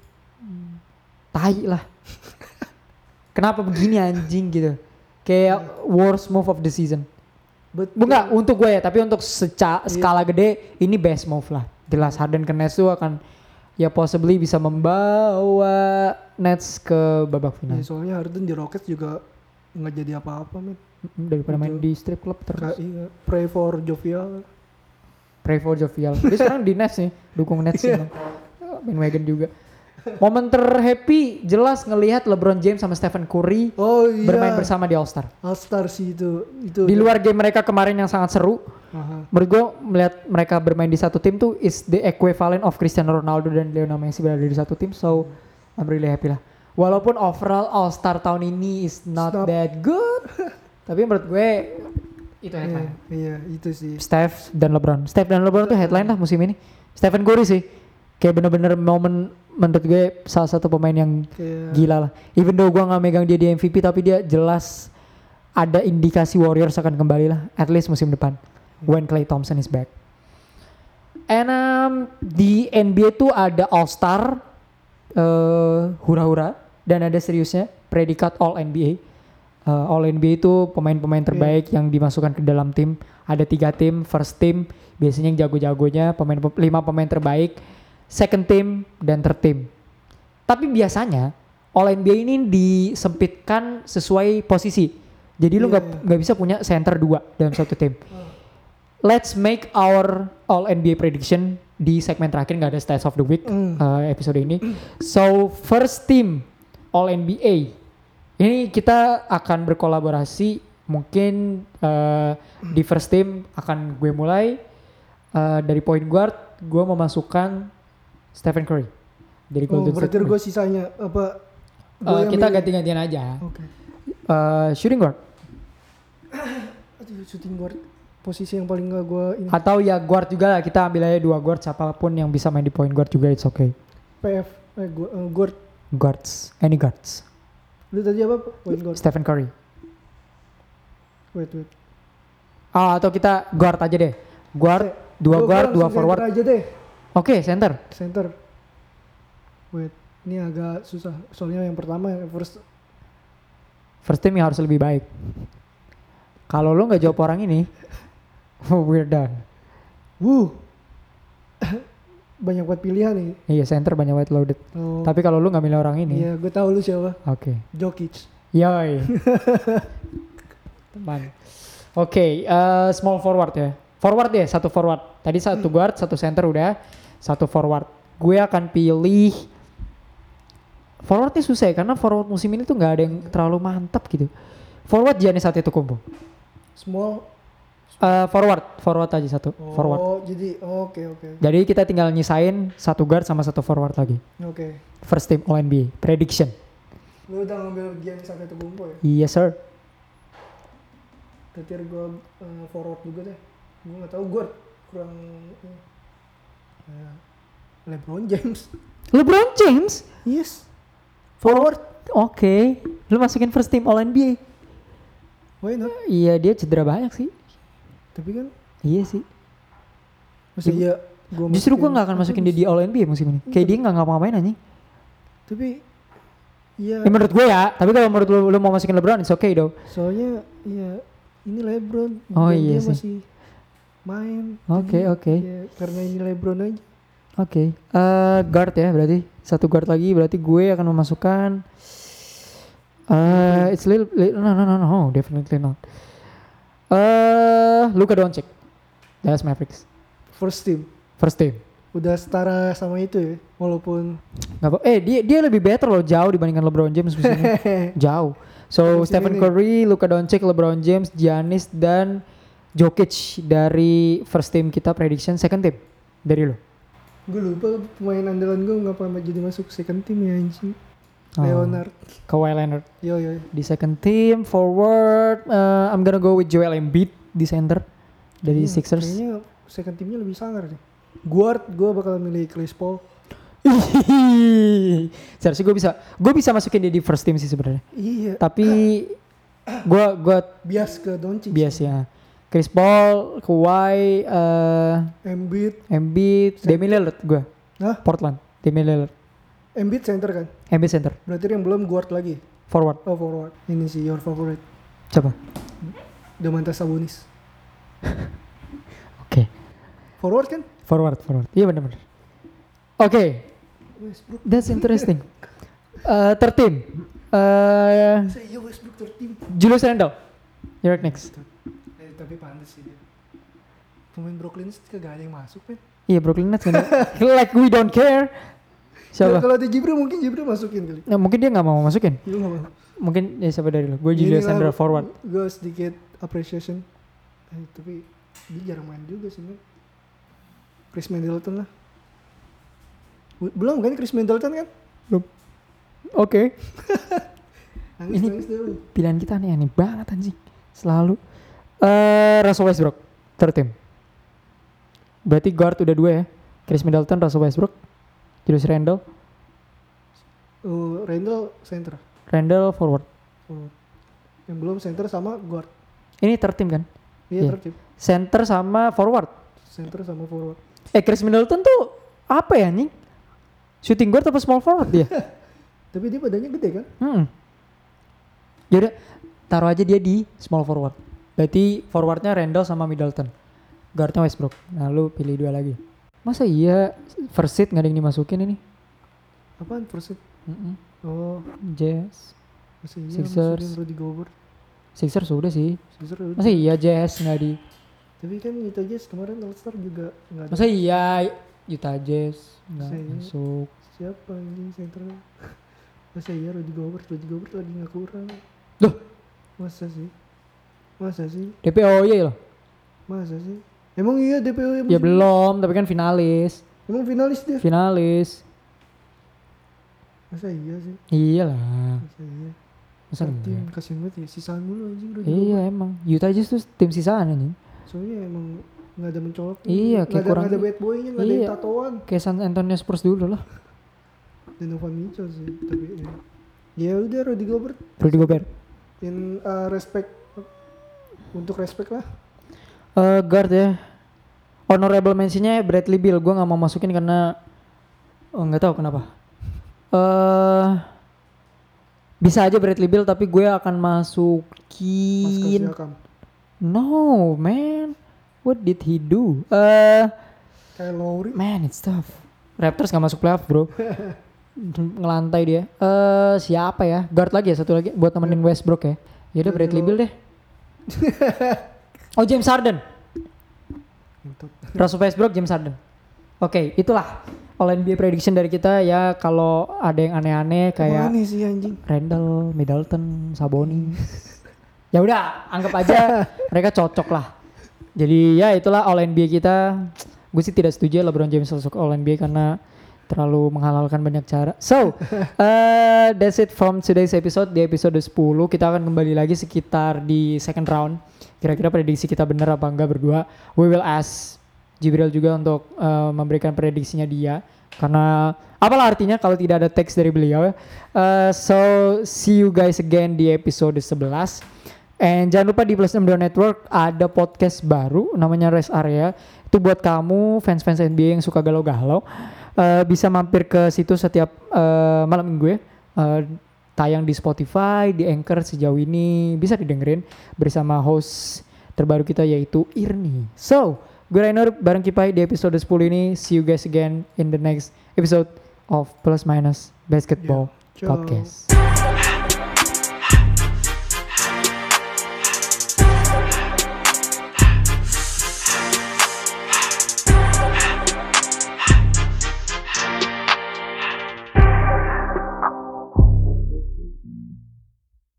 Tai lah. Kenapa begini anjing gitu. Kayak worst move of the season. Enggak, untuk gue ya, tapi untuk skala gede ini best move lah. Jelas Harden ke Nets tuh akan ya possibly bisa membawa Nets ke babak final. Ya, soalnya Harden di Rockets juga nggak jadi apa-apa men. Daripada main di strip club terus. Iya, pray for Jovial. Dia sekarang di Nets nih, dukung Nets sih. Bandwagon juga. Momen terhappy jelas ngelihat LeBron James sama Stephen Curry bermain bersama di All-Star. All-Star sih itu di luar game mereka kemarin yang sangat seru. Menurut gue melihat mereka bermain di satu tim tuh is the equivalent of Cristiano Ronaldo dan Lionel Messi berada di satu tim. So I'm really happy lah. Walaupun overall All-Star tahun ini is not that good. Tapi menurut gue itu headline. Iya, itu sih. Steph dan LeBron tuh headline lah musim ini. Stephen Curry sih kayak bener-bener momen, menurut gue salah satu pemain yang gila lah. Even though gue gak megang dia di MVP, tapi dia jelas ada indikasi Warriors akan kembali lah, at least musim depan when Klay Thompson is back. And di NBA tuh ada All-Star, hura-hura, dan ada seriusnya predikat All NBA. All NBA itu pemain-pemain terbaik yang dimasukkan ke dalam tim. Ada 3 tim, first team biasanya yang jago-jagonya, 5 pemain terbaik, second team dan third team. Tapi biasanya All NBA ini disempitkan sesuai posisi. Jadi lu nggak bisa punya center 2 dalam satu tim. Let's make our All NBA prediction di segmen terakhir, nggak ada stats of the week episode ini. So first team All NBA ini kita akan berkolaborasi. Mungkin di first team akan gue mulai dari point guard. Gue memasukkan Stephen Curry dari Golden State. Berarti gue sisanya apa? Kita ganti-gantian aja. Shooting guard. Shooting guard posisi yang paling gak gue ini. Atau ya guard juga lah, kita ambil aja 2 guard, siapapun yang bisa main di point guard juga it's okay. Guard. Guards, any guards. Lu tadi apa? Point guard. Stephen Curry. Wait. Atau kita guard aja deh. Guard, 2 guard, 2 forward. Aja deh. Oke, center. Wait, ini agak susah. Soalnya yang pertama first team yang harus lebih baik. Kalau lo nggak jawab orang ini, we're done. banyak buat pilihan nih. Iya, center banyak white loaded. Oh. Tapi kalau lu nggak milih orang ini. Iya, gue tahu lu siapa. Oke. Jokic. Yoi. Teman. Oke, small forward ya. Forward ya, satu forward. Tadi satu guard, satu center udah. Satu forward. Gue akan pilih forwardnya susah ya, karena forward musim ini tuh nggak ada yang terlalu mantap gitu. Forward Giannis Antetokounmpo. Small. Forward aja satu. Forward. Oh, jadi oke. Jadi kita tinggal nyisain satu guard sama satu forward lagi. Oke. First team All NBA. Prediction. Lu udah ngambil Giannis Antetokounmpo ya? Yes sir. Terakhir gue forward juga deh. Gue nggak tahu guard kurang. LeBron James. LeBron James. Yes. Forward. Oke. Lu masukin first team All NBA. Why not? Iya, dia cedera banyak sih. Tapi kan Iya sih. masih iya. Justru gue gak akan masukin dia di All NBA musim ini. Kayak dia gak ngapa-ngapain anjing. Tapi iya. Ya menurut gue ya. Tapi kalau menurut lu mau masukin LeBron, it's okay though. Soalnya iya ini LeBron. Oh dan iya dia sih. masih main. Oke. Ya, karena ini LeBron aja. Oke. Guard ya berarti. Satu guard lagi. Berarti gue akan memasukkan. It's no, definitely not. Luka Doncic. Dallas Mavericks. First team. First team. Udah setara sama itu ya. Walaupun Gak apa. Dia lebih better loh, jauh dibandingkan LeBron James musim ini. Jauh. So Musim Stephen ini. Curry, Luka Doncic, LeBron James, Giannis dan Jokic dari first team kita prediction second team dari lo. gue lupa pemain andalan gue ngapa jadi masuk second team ya anjing. Oh. Leonard. Kawhi Leonard Yo. di second team forward. I'm gonna go with Joel Embiid di center dari Sixers. Kayaknya second teamnya lebih sangar deh. Guard gue bakal milih Chris Paul. Seharusnya gue bisa masukin dia di first team sih sebenarnya. Iya. Tapi gue Bias ke Doncic. biasanya Chris Paul, Kawhi, Embiid. Damian Lillard gue. Hah? Portland, Damian Lillard. Embiid center kan? Embiid center, Berarti yang belum guard lagi. forward. Oh forward. Ini sih your favorite. Coba. Domantas Sabonis. Oke. Forward kan? Forward. Iya benar-benar. Oke. Westbrook. That's interesting. Third team. Iya Westbrook tertim. Julius Randle. You're next. Tapi pantas sih dia. Pemain Brooklyn Nets kagak ada yang masuk kan? Iya Brooklyn Nets kan. Like we don't care. Siapa? Kalau ada Jibril mungkin Jibril masukin kali. Nah, mungkin dia nggak mau masukin. Lu nggak mau? Mungkin ya siapa dari lo? Gue Julius Randle forward. Gue sedikit appreciation. Tapi dia jarang main juga sih man. Chris Middleton lah. Belum kan Chris Middleton kan? Belum. Oke. Nangis Ini dulu. pilihan kita aneh banget anjing. Selalu. Russell Westbrook. Third team. Berarti guard udah 2 ya. Chris Middleton, Russell Westbrook, Julius Randle. Randall center. Randle forward. Yang belum center sama guard. Ini third team kan? Iya Iya. tertib. Center sama forward. Center sama forward. Chris Middleton tuh apa ya anjing? Shooting guard atau small forward dia? Tapi dia badannya gede kan? Yaudah, taruh aja dia di small forward. Berarti forwardnya Randle sama Middleton. Guardnya Westbrook. Nah lu pilih 2 lagi. Masa iya first seat gak ada yang dimasukin ini? Apaan first seed? Oh, Jazz. masih iya Sixers. masukin Rudy Gobert. Sixers sudah sih. Sixers udah. Masa iya Jazz gak di... Tapi kan Utah Jazz kemarin All Star juga nggak ada. Masa iya Utah Jazz gak Masa iya? masuk. Siapa ini center? Masa iya Rudy Gobert lagi nggak kurang. Duh. Masa sih? DPOY loh. Masa sih? Emang iya DPO Ya belum, tapi kan finalis. Emang finalis dia? Finalis. Masa iya sih? Iyalah. Masa iya? Masa Tim enggak? kasihan banget ya, sisaan mulu anjing Rudy Iya Gobert. emang. Utah Jazz tuh tim sisaan anjing. Soalnya emang nggak ada mencolok. Iya, kayak kurang- Nggak ada bad boy-nya, nggak ada Iya. yang tatoan. Kayak San Antonio Spurs dulu lah. Donovan Mitchell sih, tapi ya. Ya udah Rudy Gobert. Rudy Gobert. In respect untuk respect lah. Guard ya. Honorable mention-nya Bradley Beal. Gue gak mau masukin karena nggak tahu kenapa. Bisa aja Bradley Beal tapi gue akan Pascal masukin. Siakam. No man. What did he do? Kyle Lowry. Man it's tough. Raptors gak masuk playoff bro. Ngelantai dia. Siapa ya? Guard lagi ya, satu lagi buat temenin Westbrook ya. Yaudah Bradley Beal deh. Oh James Harden. Russell Westbrook, James Harden. Oke, itulah All NBA prediction dari kita ya. Kalau ada yang aneh-aneh kayak Aneh sih anjing. Randall, Middleton, Sabonis. Ya udah, anggap aja mereka cocok lah. Jadi ya itulah All NBA kita. Gue sih tidak setuju LeBron James masuk All NBA karena terlalu menghalalkan banyak cara. So, that's it from today's episode. Di episode 10 kita akan kembali lagi sekitar di second round. Kira-kira prediksi kita benar apa enggak berdua. We will ask Jibril juga untuk memberikan prediksinya dia. Karena apalah artinya kalau tidak ada teks dari beliau ya. So, see you guys again di episode 11. And jangan lupa di Plus62 Network ada podcast baru namanya Rest Area. Itu buat kamu fans-fans NBA yang suka galau-galau. Bisa mampir ke situ setiap malam minggu ya. Tayang di Spotify, di Anchor sejauh ini bisa didengerin bersama host terbaru kita yaitu Irni. So, gue Rainer bareng Kipai di episode 10 ini. See you guys again in the next episode of Plus Minus Basketball Podcast.